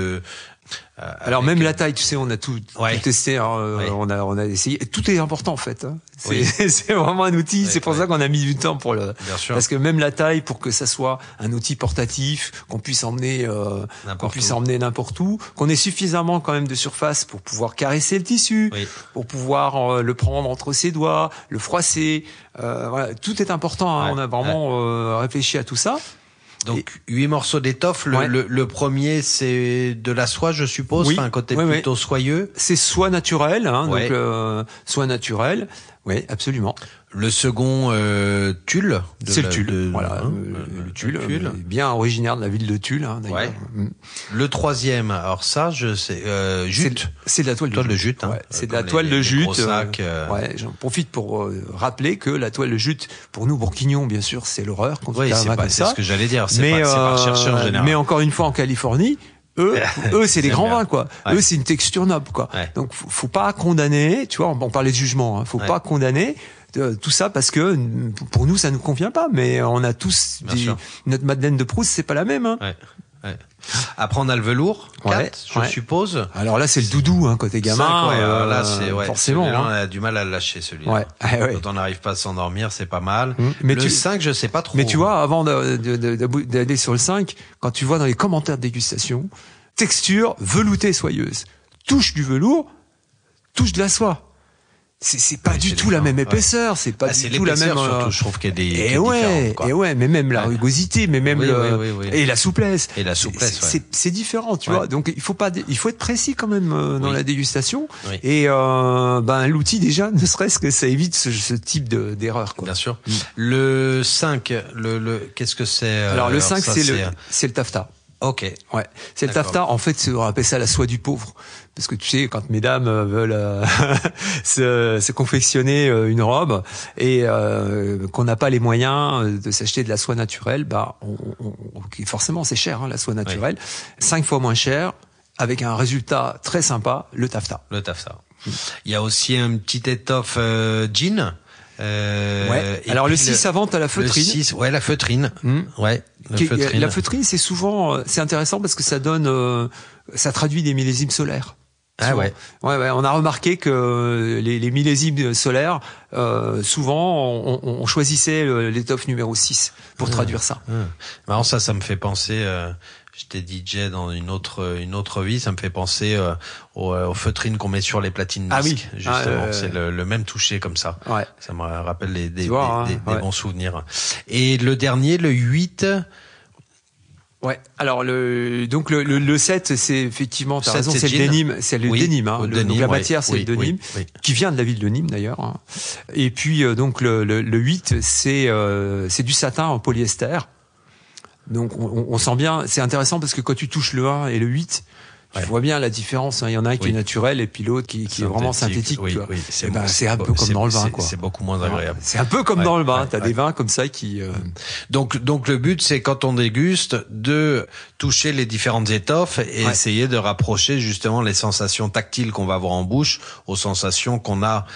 alors même la taille, tu sais, on a tout testé, on a essayé. Tout est important en fait. C'est vraiment un outil. C'est pour ça qu'on a mis du temps pour parce que même la taille, pour que ça soit un outil portatif, qu'on puisse emmener, n'importe où, qu'on ait suffisamment quand même de surface pour pouvoir caresser le tissu, pour pouvoir le prendre entre ses doigts, le froisser. Voilà, tout est important. On a vraiment réfléchi à tout ça. Donc 8 morceaux d'étoffe. Le premier c'est de la soie, je suppose, un côté plutôt soyeux. C'est soie naturelle, donc soie naturelle. Oui, absolument. Le second tulle. C'est le tulle. Le tulle, bien originaire de la ville de Tulle, d'ailleurs. Le troisième, alors ça, je sais, jute. C'est de la toile de jute. C'est de la toile de jute. J'en profite pour rappeler que la toile de jute, pour nous bourguignons, bien sûr, c'est l'horreur. C'est ce que j'allais dire. C'est pas recherché en général. Mais encore une fois, en Californie, eux, c'est des grands vins, quoi. Eux, c'est une texture noble, quoi. Donc, faut pas condamner. Tu vois, on parlait de jugement. Faut pas condamner tout ça parce que pour nous ça nous convient pas, mais on a tous notre Madeleine de Proust, c'est pas la même. Ouais. Après, on a le velours, 4, je suppose. Alors là, c'est le doudou, hein, côté gamin. 5, là, c'est, forcément. On a du mal à le lâcher, celui-là. Ouais. Quand on n'arrive pas à s'endormir, c'est pas mal. Mais le 5, je sais pas trop. Mais tu vois, avant d'aller sur le 5, quand tu vois dans les commentaires de dégustation, texture veloutée soyeuse. Touche du velours, touche de la soie. C'est pas du tout la même épaisseur, c'est pas du tout la même. Surtout, je trouve qu'il y a des. Et mais même la rugosité, mais même et la souplesse. Et la souplesse, c'est différent, tu vois. Donc il faut être précis quand même dans la dégustation. Oui. Et l'outil déjà, ne serait-ce que ça évite ce type d'erreur, quoi. Bien sûr. Le 5, qu'est-ce que c'est? Alors le 5, c'est le taffetas. Ok. Ouais. C'est le taffetas. En fait, on appelle ça la soie du pauvre. Parce que tu sais, quand mesdames veulent se confectionner une robe et qu'on n'a pas les moyens de s'acheter de la soie naturelle, forcément c'est cher, hein, la soie naturelle. 5 fois moins cher, avec un résultat très sympa, le taffetas. Le taffetas. Il y a aussi une petite étoffe jean. Alors le 6 avant t'as la feutrine. Le 6, la feutrine. Ouais. La feutrine, c'est souvent, c'est intéressant parce que ça donne, ça traduit des millésimes solaires. Ah souvent. Ouais. On a remarqué que les millésimes solaires, souvent, on choisissait l'étoffe numéro 6 pour traduire ça. Marrant, ça me fait penser. J'étais DJ dans une autre vie, ça me fait penser aux feutrines qu'on met sur les platines disques. Justement, c'est le même toucher comme ça. Ouais. Ça me rappelle des bons souvenirs. Et le dernier, le 8. Ouais. Alors le 7, c'est effectivement, t'as raison, c'est le denim, denim, hein. Donc la matière, c'est le denim, qui vient de la ville de Nîmes d'ailleurs. Hein. Et puis donc le 8, c'est du satin en polyester. Donc on sent bien, c'est intéressant parce que quand tu touches le 1 et le 8, tu vois bien la différence. Hein. Il y en a un qui est naturel et puis l'autre qui est vraiment synthétique. Tu vois. C'est un peu comme dans le vin, quoi. C'est beaucoup moins agréable. C'est un peu comme dans le vin. T'as des vins comme ça qui. Donc le but, c'est quand on déguste de toucher les différentes étoffes et essayer de rapprocher justement les sensations tactiles qu'on va avoir en bouche aux sensations qu'on a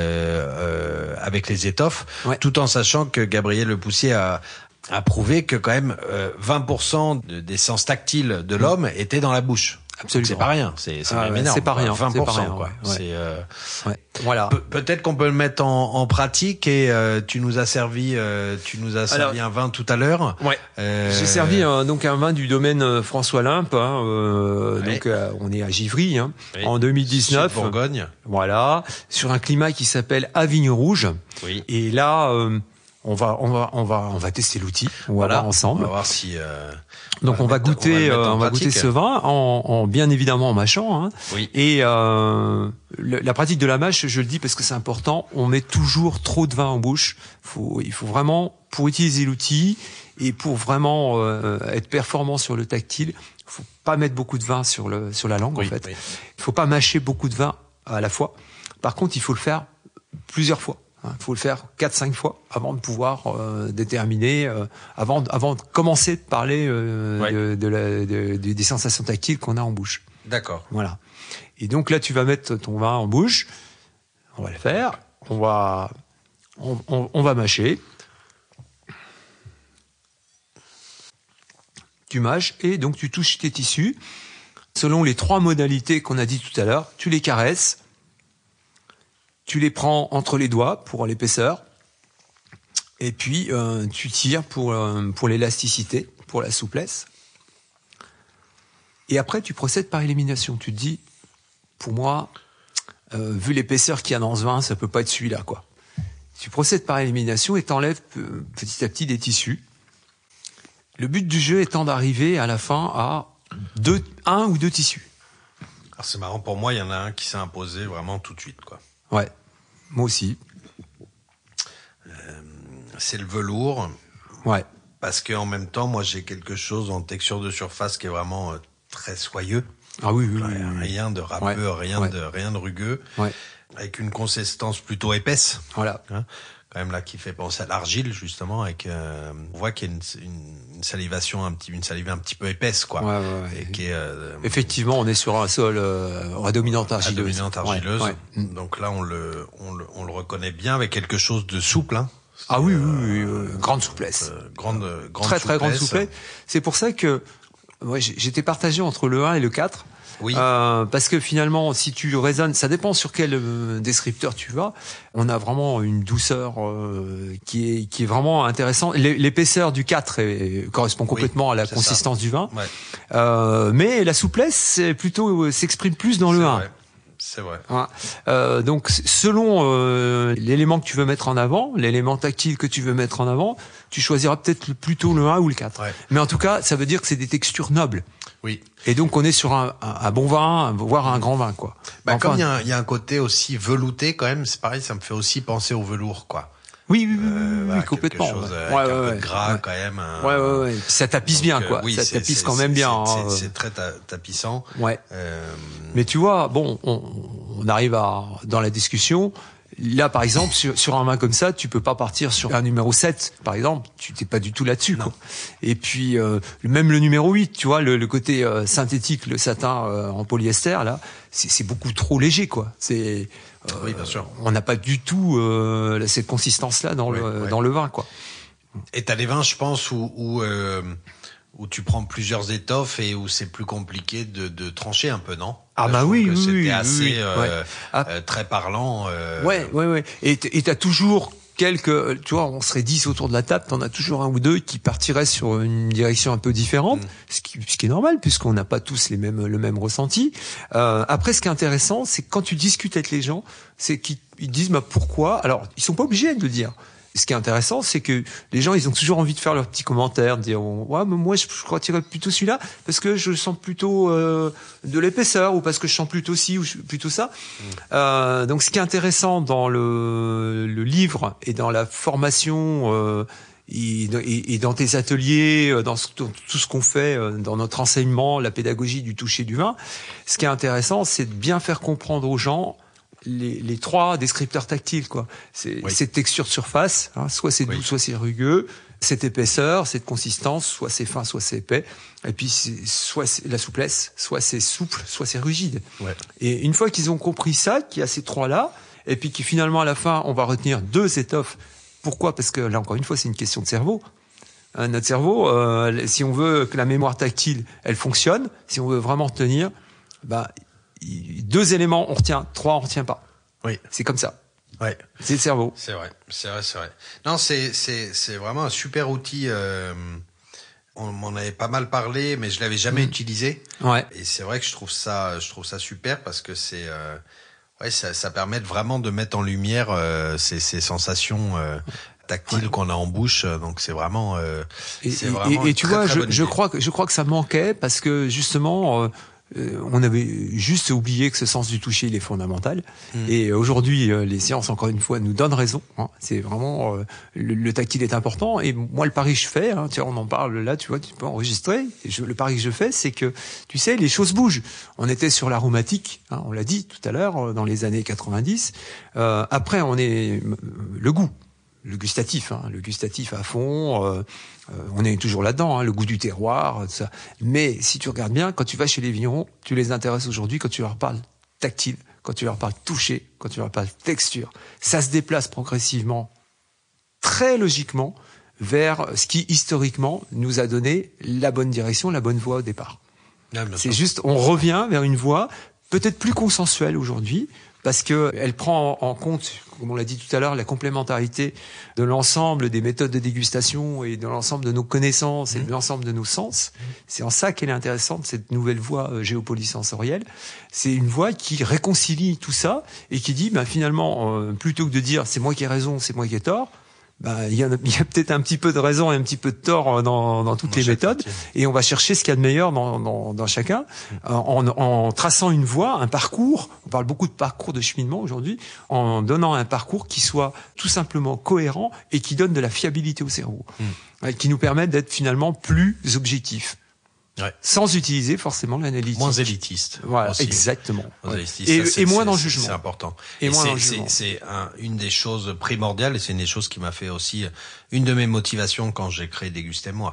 avec les étoffes, tout en sachant que Gabriel Le Poussier a prouvé que quand même 20% des sens tactiles de l'homme étaient dans la bouche. Absolument. C'est pas rien, c'est même énorme. C'est pas rien. 20%, c'est pas rien, quoi. C'est voilà. Peut-être qu'on peut le mettre en pratique et tu nous as servi un vin tout à l'heure. Ouais. J'ai servi donc un vin du domaine François Limpe, hein, donc on est à Givry, hein, en 2019. Sur Bourgogne. Voilà, sur un climat qui s'appelle Avignon Rouge. Oui. Et là on va tester l'outil. On va voir ensemble. On va voir si. Donc on va goûter ce vin en bien évidemment en mâchant. Hein. Oui. Et la pratique de la mâche, je le dis parce que c'est important. On met toujours trop de vin en bouche. Il faut vraiment, pour utiliser l'outil et pour vraiment être performant sur le tactile, faut pas mettre beaucoup de vin sur la langue en fait. Il faut pas mâcher beaucoup de vin à la fois. Par contre, il faut le faire plusieurs fois. Il faut le faire 4-5 fois avant de pouvoir déterminer, avant de commencer de parler des sensations tactiles qu'on a en bouche. D'accord. Voilà. Et donc là, tu vas mettre ton vin en bouche. On va le faire. On va mâcher. Tu mâches et donc tu touches tes tissus. Selon les 3 modalités qu'on a dit tout à l'heure, tu les caresses. Tu les prends entre les doigts pour l'épaisseur, et puis tu tires pour l'élasticité, pour la souplesse. Et après, tu procèdes par élimination. Tu te dis, pour moi, vu l'épaisseur qu'il y a dans ce vin, ça peut pas être celui-là, quoi. Tu procèdes par élimination et t'enlèves petit à petit des tissus. Le but du jeu étant d'arriver à la fin à 1 ou 2 tissus. Alors c'est marrant, pour moi, il y en a un qui s'est imposé vraiment tout de suite, quoi. Ouais. Moi aussi. C'est le velours. Ouais. Parce que en même temps, moi, j'ai quelque chose en texture de surface qui est vraiment très soyeux. Ah oui. Rien de râpeux, rien de rugueux. Ouais. Avec une consistance plutôt épaisse. Voilà. Hein, quand même là, qui fait penser à l'argile justement, avec on voit qu'il y a une salivation une salive un petit peu épaisse, quoi. Ouais. Et qui est, effectivement, on est sur un sol à dominante argileuse. Ouais. Donc là, on le reconnaît bien avec quelque chose de souple, hein. Oui, grande souplesse. Grande très souplesse. grande souplesse. C'est pour ça que Ouais, j'étais partagé entre le 1 et le 4. Oui. Parce que finalement, si tu raisonnes, ça dépend sur quel descripteur tu vas. On a vraiment une douceur qui est vraiment intéressante. L'épaisseur du 4 correspond complètement à la consistance du vin. Ouais. Mais la souplesse s'exprime plus dans le 1. Vrai. C'est vrai. Donc, selon l'élément que tu veux mettre en avant, l'élément tactile que tu veux mettre en avant, tu choisiras peut-être plutôt le 1 ou le 4. Ouais. Mais en tout cas, ça veut dire que c'est des textures nobles. Oui. Et donc, on est sur un bon vin, voire un grand vin, quoi. Bah, enfin, comme il y a un côté aussi velouté, quand même, c'est pareil, ça me fait aussi penser au velours, quoi. Oui, voilà, complètement. Quelque chose avec un peu de gras, quand même. Ouais. Ça tapisse bien, quoi. Oui, ça tapisse quand même bien. C'est très tapissant. Ouais. Mais tu vois, bon, on arrive dans la discussion. Là, par exemple, sur un vin comme ça, tu peux pas partir sur un numéro 7, par exemple. Tu t'es pas du tout là-dessus, quoi. Et puis, même le numéro 8, tu vois, le côté synthétique, le satin en polyester, là, c'est beaucoup trop léger, quoi. Oui, bien sûr. On n'a pas du tout cette consistance-là dans le vin, quoi. Et t'as des vins, je pense, où tu prends plusieurs étoffes et où c'est plus compliqué de trancher un peu, non? Ah bah oui, c'était assez très parlant. Ouais. Et t'as toujours quelques, tu vois, on serait 10 autour de la table, t'en as toujours un ou deux qui partiraient sur une direction un peu différente, ce qui est normal puisqu'on n'a pas tous le même ressenti. Après, ce qui est intéressant, c'est que quand tu discutes avec les gens, c'est qu'ils disent bah pourquoi. Alors, ils sont pas obligés de le dire. Ce qui est intéressant, c'est que les gens, ils ont toujours envie de faire leurs petits commentaires, de dire ouais, mais moi je crois tirer plutôt celui-là parce que je sens plutôt de l'épaisseur ou parce que je sens plutôt ci ou plutôt ça. Donc, ce qui est intéressant dans le livre et dans la formation et dans tes ateliers, dans tout ce qu'on fait dans notre enseignement, la pédagogie du toucher du vin, ce qui est intéressant, c'est de bien faire comprendre aux gens les trois descripteurs tactiles, quoi. C'est cette texture de surface, hein, soit c'est doux, soit c'est rugueux, cette épaisseur, cette consistance, soit c'est fin, soit c'est épais, et puis soit c'est la souplesse, soit c'est souple, soit c'est rigide. Ouais. Et une fois qu'ils ont compris ça, qu'il y a ces trois-là, et puis qui finalement à la fin on va retenir deux étoffes. Pourquoi ? Parce que là encore une fois c'est une question de cerveau. Notre cerveau, si on veut que la mémoire tactile elle fonctionne, si on veut vraiment retenir, bah deux éléments on retient, trois on retient pas. Oui. C'est comme ça. Ouais. C'est le cerveau. C'est vrai. Non, c'est vraiment un super outil. On m'en avait pas mal parlé, mais je l'avais jamais utilisé. Ouais. Et c'est vrai que je trouve ça super parce que ça permet vraiment de mettre en lumière ces sensations tactiles qu'on a en bouche. Donc c'est vraiment. Et tu vois, je crois que ça manquait parce que justement. On avait juste oublié que ce sens du toucher il est fondamental. Et aujourd'hui, les sciences encore une fois nous donnent raison. Hein. C'est vraiment le tactile est important. Et moi, le pari que je fais, hein, tu vois, on en parle là, tu vois, tu peux enregistrer. Le pari que je fais, c'est que tu sais, les choses bougent. On était sur l'aromatique, hein, on l'a dit tout à l'heure, dans les années 90. Après, on est le goût. Le gustatif à fond, on est toujours là-dedans, hein, le goût du terroir, tout ça. Mais si tu regardes bien, quand tu vas chez les vignerons, tu les intéresses aujourd'hui quand tu leur parles tactile, quand tu leur parles toucher, quand tu leur parles texture. Ça se déplace progressivement, très logiquement, vers ce qui historiquement nous a donné la bonne direction, la bonne voie au départ. Ah, c'est juste, on revient vers une voie peut-être plus consensuelle aujourd'hui, parce que elle prend en compte, comme on l'a dit tout à l'heure, la complémentarité de l'ensemble des méthodes de dégustation et de l'ensemble de nos connaissances et de l'ensemble de nos sens. C'est en ça qu'elle est intéressante, cette nouvelle voie géopolysensorielle. C'est une voie qui réconcilie tout ça et qui dit, finalement, plutôt que de dire c'est moi qui ai raison, c'est moi qui ai tort, il y a peut-être un petit peu de raison et un petit peu de tort dans toutes les méthodes, et on va chercher ce qu'il y a de meilleur dans chacun, en traçant une voie, un parcours. On parle beaucoup de parcours de cheminement aujourd'hui, en donnant un parcours qui soit tout simplement cohérent et qui donne de la fiabilité au cerveau, qui nous permette d'être finalement plus objectifs. Ouais. Sans utiliser forcément l'analytique. Moins élitiste. Voilà, aussi. Exactement. Moins élitiste. Et moins dans le jugement. C'est important. Et moins dans le jugement. C'est une des choses primordiales et c'est une des choses qui m'a fait aussi une de mes motivations quand j'ai créé Déguster Moi.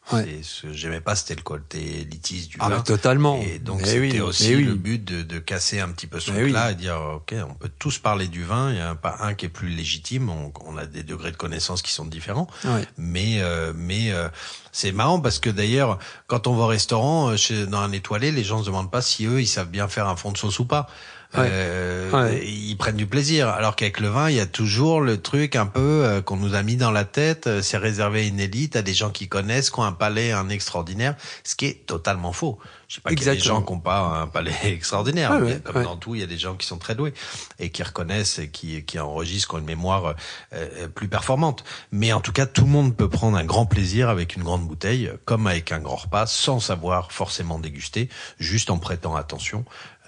Ce que j'aimais pas, c'était le côté élitiste du vin. Bah, totalement. Et donc c'était aussi le but de casser un petit peu ce truc-là et dire ok, on peut tous parler du vin. Il y a pas un qui est plus légitime. On a des degrés de connaissance qui sont différents. Mais c'est marrant parce que d'ailleurs, quand on va au restaurant, dans un étoilé, les gens se demandent pas si eux ils savent bien faire un fond de sauce ou pas. Ils prennent du plaisir, alors qu'avec le vin il y a toujours le truc un peu qu'on nous a mis dans la tête, c'est réservé à une élite, à des gens qui connaissent, qui ont un palais extraordinaire, ce qui est totalement faux. Je sais pas qu'il y a des gens qui n'ont pas un palais extraordinaire, mais comme dans tout, il y a des gens qui sont très doués et qui reconnaissent et qui enregistrent, qui ont une mémoire plus performante. Mais en tout cas, tout le monde peut prendre un grand plaisir avec une grande bouteille, comme avec un grand repas, sans savoir forcément déguster, juste en prêtant attention.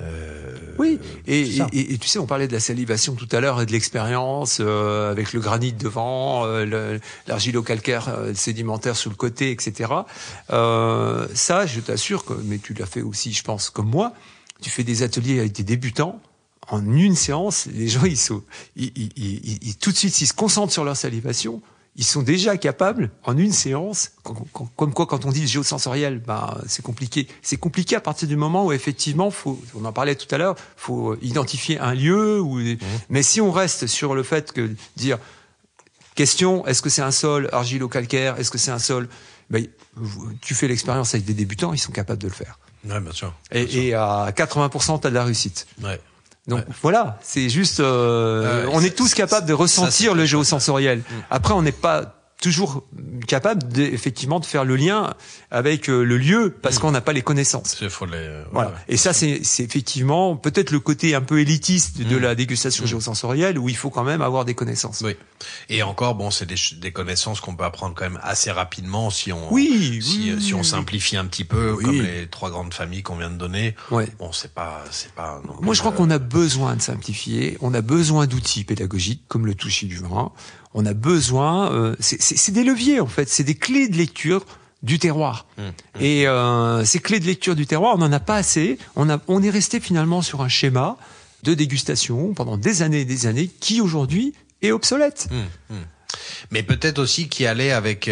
Et tu sais, on parlait de la salivation tout à l'heure et de l'expérience avec le granit devant, l'argilo-calcaire sédimentaire sur le côté, etc. Ça, je t'assure que, mais tu l'as fait aussi, je pense, comme moi. Tu fais des ateliers avec des débutants. En une séance, les gens, ils tout de suite, s'ils se concentrent sur leur salivation, ils sont déjà capables, en une séance, comme quoi quand on dit géosensoriel, c'est compliqué. C'est compliqué à partir du moment où effectivement, on en parlait tout à l'heure, faut identifier un lieu. Mais si on reste sur le fait que dire, question, est-ce que c'est un sol argilo-calcaire, est-ce que c'est un sol, tu fais l'expérience avec des débutants, ils sont capables de le faire. Ouais, bien sûr. Et à 80%, t'as de la réussite. Ouais. Donc voilà, c'est juste, on est tous capables de ressentir le géosensoriel. Après, on n'est pas toujours capable effectivement de faire le lien avec le lieu parce qu'on n'a pas les connaissances. Voilà. Et ça, c'est effectivement peut-être le côté un peu élitiste de la dégustation géosensorielle où il faut quand même avoir des connaissances. Oui. Et encore, bon, c'est des connaissances qu'on peut apprendre quand même assez rapidement si on si on simplifie un petit peu, comme les 3 grandes familles qu'on vient de donner. Bon, c'est pas. Moi, je crois qu'on a besoin de simplifier. On a besoin d'outils pédagogiques comme le toucher du vin. On a besoin, c'est des leviers en fait, c'est des clés de lecture du terroir. Et ces clés de lecture du terroir, on n'en a pas assez. On est resté finalement sur un schéma de dégustation pendant des années et des années qui aujourd'hui est obsolète. Mais peut-être aussi qui allait avec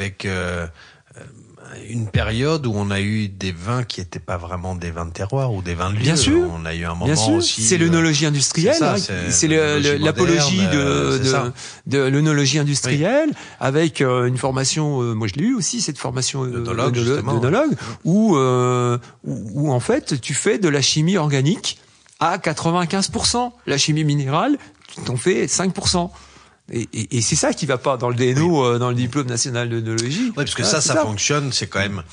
une période où on a eu des vins qui étaient pas vraiment des vins de terroir ou des vins de lieu. Bien sûr. On a eu un moment aussi. C'est l'œnologie industrielle. C'est l'apologie de l'œnologie industrielle avec une formation. Moi, je l'ai eu aussi cette formation d'œnologue où en fait tu fais de la chimie organique à 95%. La chimie minérale, tu t'en fais 5%. Et c'est ça qui va pas dans le DNO, dans le diplôme national d'œnologie. Oui, parce que ça fonctionne, c'est quand même,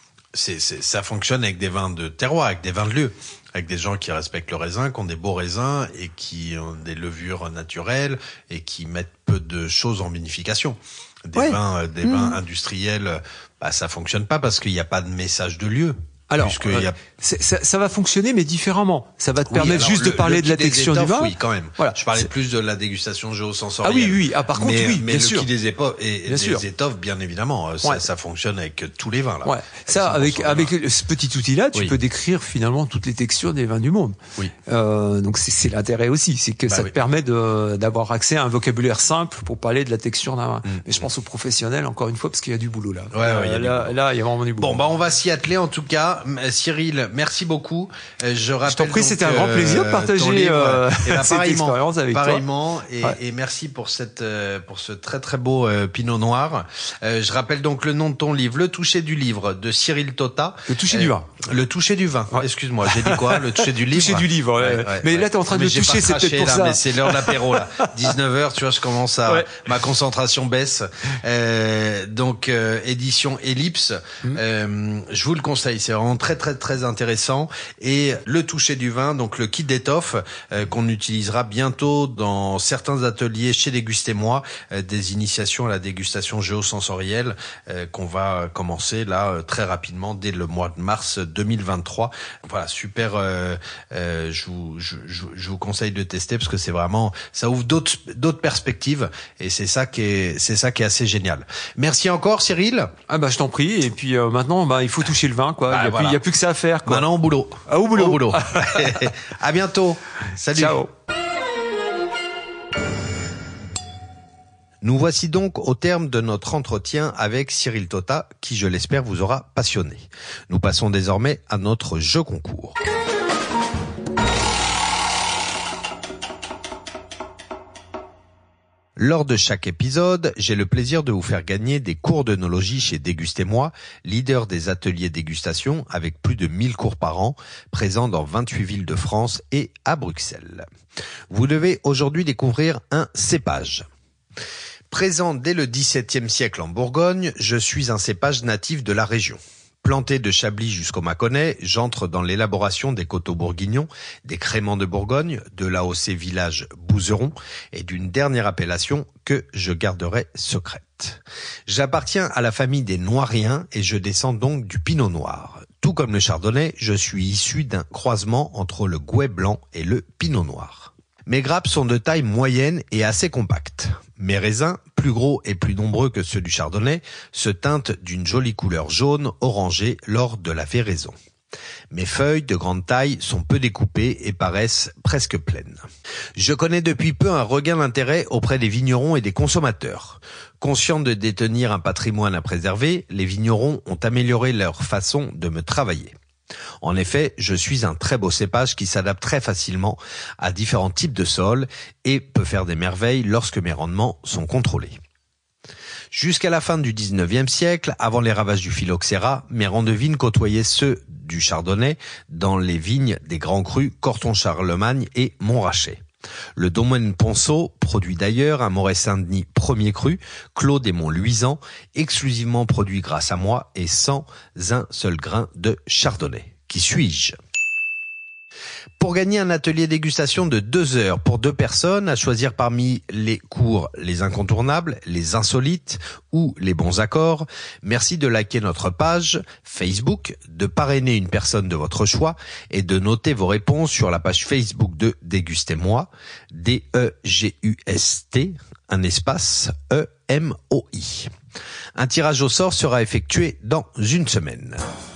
ça fonctionne avec des vins de terroir, avec des vins de lieu, avec des gens qui respectent le raisin, qui ont des beaux raisins et qui ont des levures naturelles et qui mettent peu de choses en vinification. Des vins industriels, ça fonctionne pas parce qu'il n'y a pas de message de lieu. Alors, ça va fonctionner, mais différemment. Ça va te permettre juste de parler de la texture du vin. Oui, quand même. Voilà. Je parlais plus de la dégustation géosensorielle. Ah oui. Par contre, oui, mais bien le sûr. qui des étoffes, bien évidemment. Ça fonctionne avec tous les vins, là. Ouais. Ça, avec ce petit outil-là, tu peux décrire finalement toutes les textures des vins du monde. Oui. Donc c'est l'intérêt aussi, c'est que ça te permet d'avoir accès à un vocabulaire simple pour parler de la texture d'un vin. Mais je pense aux professionnels, encore une fois, parce qu'il y a du boulot là. Là, il y a vraiment du boulot. Bon, on va s'y atteler en tout cas. Cyril, merci beaucoup. Je t'en prie, c'était un grand plaisir de partager cette expérience avec toi. Pareillement, et merci pour ce très très beau Pinot Noir. Je rappelle donc le nom de ton livre, Le toucher du livre, de Cyril Tota. Le toucher du vin. Le toucher du vin. Excuse-moi, j'ai dit quoi? Le toucher du livre. Toucher du livre. Mais là, t'es en train de toucher, c'est peut-être pour ça. Mais c'est l'heure de l'apéro là. 19h, tu vois, je commence à ma concentration baisse. Donc édition Ellipse. Je vous le conseille, c'est vraiment très très très intéressant. Et le toucher du vin, donc le kit d'étoffe qu'on utilisera bientôt dans certains ateliers chez Dégustez-moi, des initiations à la dégustation géosensorielle qu'on va commencer là très rapidement dès le mois de mars 2023. Voilà, super. Je vous conseille de tester parce que c'est vraiment, ça ouvre d'autres perspectives et c'est ça qui est assez génial. Merci encore Cyril. Je t'en prie. Et puis maintenant, il faut toucher le vin, quoi. Il y a plus que ça à faire, quoi. Maintenant au boulot. Au boulot. À bientôt. Salut. Ciao. Nous voici donc au terme de notre entretien avec Cyril Tota, qui, je l'espère, vous aura passionné. Nous passons désormais à notre jeu concours. Lors de chaque épisode, j'ai le plaisir de vous faire gagner des cours d'œnologie chez Dégustez-moi, leader des ateliers dégustation avec plus de 1000 cours par an, présents dans 28 villes de France et à Bruxelles. Vous devez aujourd'hui découvrir un cépage. Présent dès le XVIIe siècle en Bourgogne, je suis un cépage natif de la région. Planté de Chablis jusqu'au Mâconnais, j'entre dans l'élaboration des coteaux bourguignons, des créments de Bourgogne, de l'AOC village Bouzeron et d'une dernière appellation que je garderai secrète. J'appartiens à la famille des Noiriens et je descends donc du Pinot Noir. Tout comme le Chardonnay, je suis issu d'un croisement entre le Gouais blanc et le Pinot Noir. Mes grappes sont de taille moyenne et assez compactes. Mes raisins, plus gros et plus nombreux que ceux du Chardonnay, se teintent d'une jolie couleur jaune orangée lors de la véraison. Mes feuilles de grande taille sont peu découpées et paraissent presque pleines. Je connais depuis peu un regain d'intérêt auprès des vignerons et des consommateurs. Conscients de détenir un patrimoine à préserver, les vignerons ont amélioré leur façon de me travailler. En effet, je suis un très beau cépage qui s'adapte très facilement à différents types de sols et peut faire des merveilles lorsque mes rendements sont contrôlés. Jusqu'à la fin du 19e siècle, avant les ravages du phylloxéra, mes rangs de vignes côtoyaient ceux du Chardonnay dans les vignes des grands crus Corton-Charlemagne et Montrachet. Le domaine Ponceau produit d'ailleurs un Moret-Saint-Denis premier cru, Clos des Monts-Luisans, exclusivement produit grâce à moi et sans un seul grain de Chardonnay. Qui suis-je ? Pour gagner un atelier dégustation de 2 heures pour 2 personnes, à choisir parmi les cours les incontournables, les insolites ou les bons accords, merci de liker notre page Facebook, de parrainer une personne de votre choix et de noter vos réponses sur la page Facebook de Dégustez-moi, D-E-G-U-S-T, un espace E-M-O-I. Un tirage au sort sera effectué dans une semaine.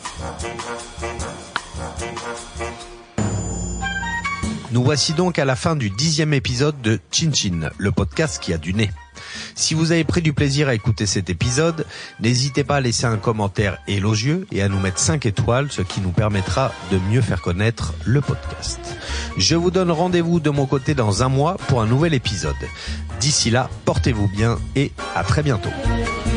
Nous voici donc à la fin du 10e épisode de Chin Chin, le podcast qui a du nez. Si vous avez pris du plaisir à écouter cet épisode, n'hésitez pas à laisser un commentaire élogieux et à nous mettre 5 étoiles, ce qui nous permettra de mieux faire connaître le podcast. Je vous donne rendez-vous de mon côté dans un mois pour un nouvel épisode. D'ici là, portez-vous bien et à très bientôt.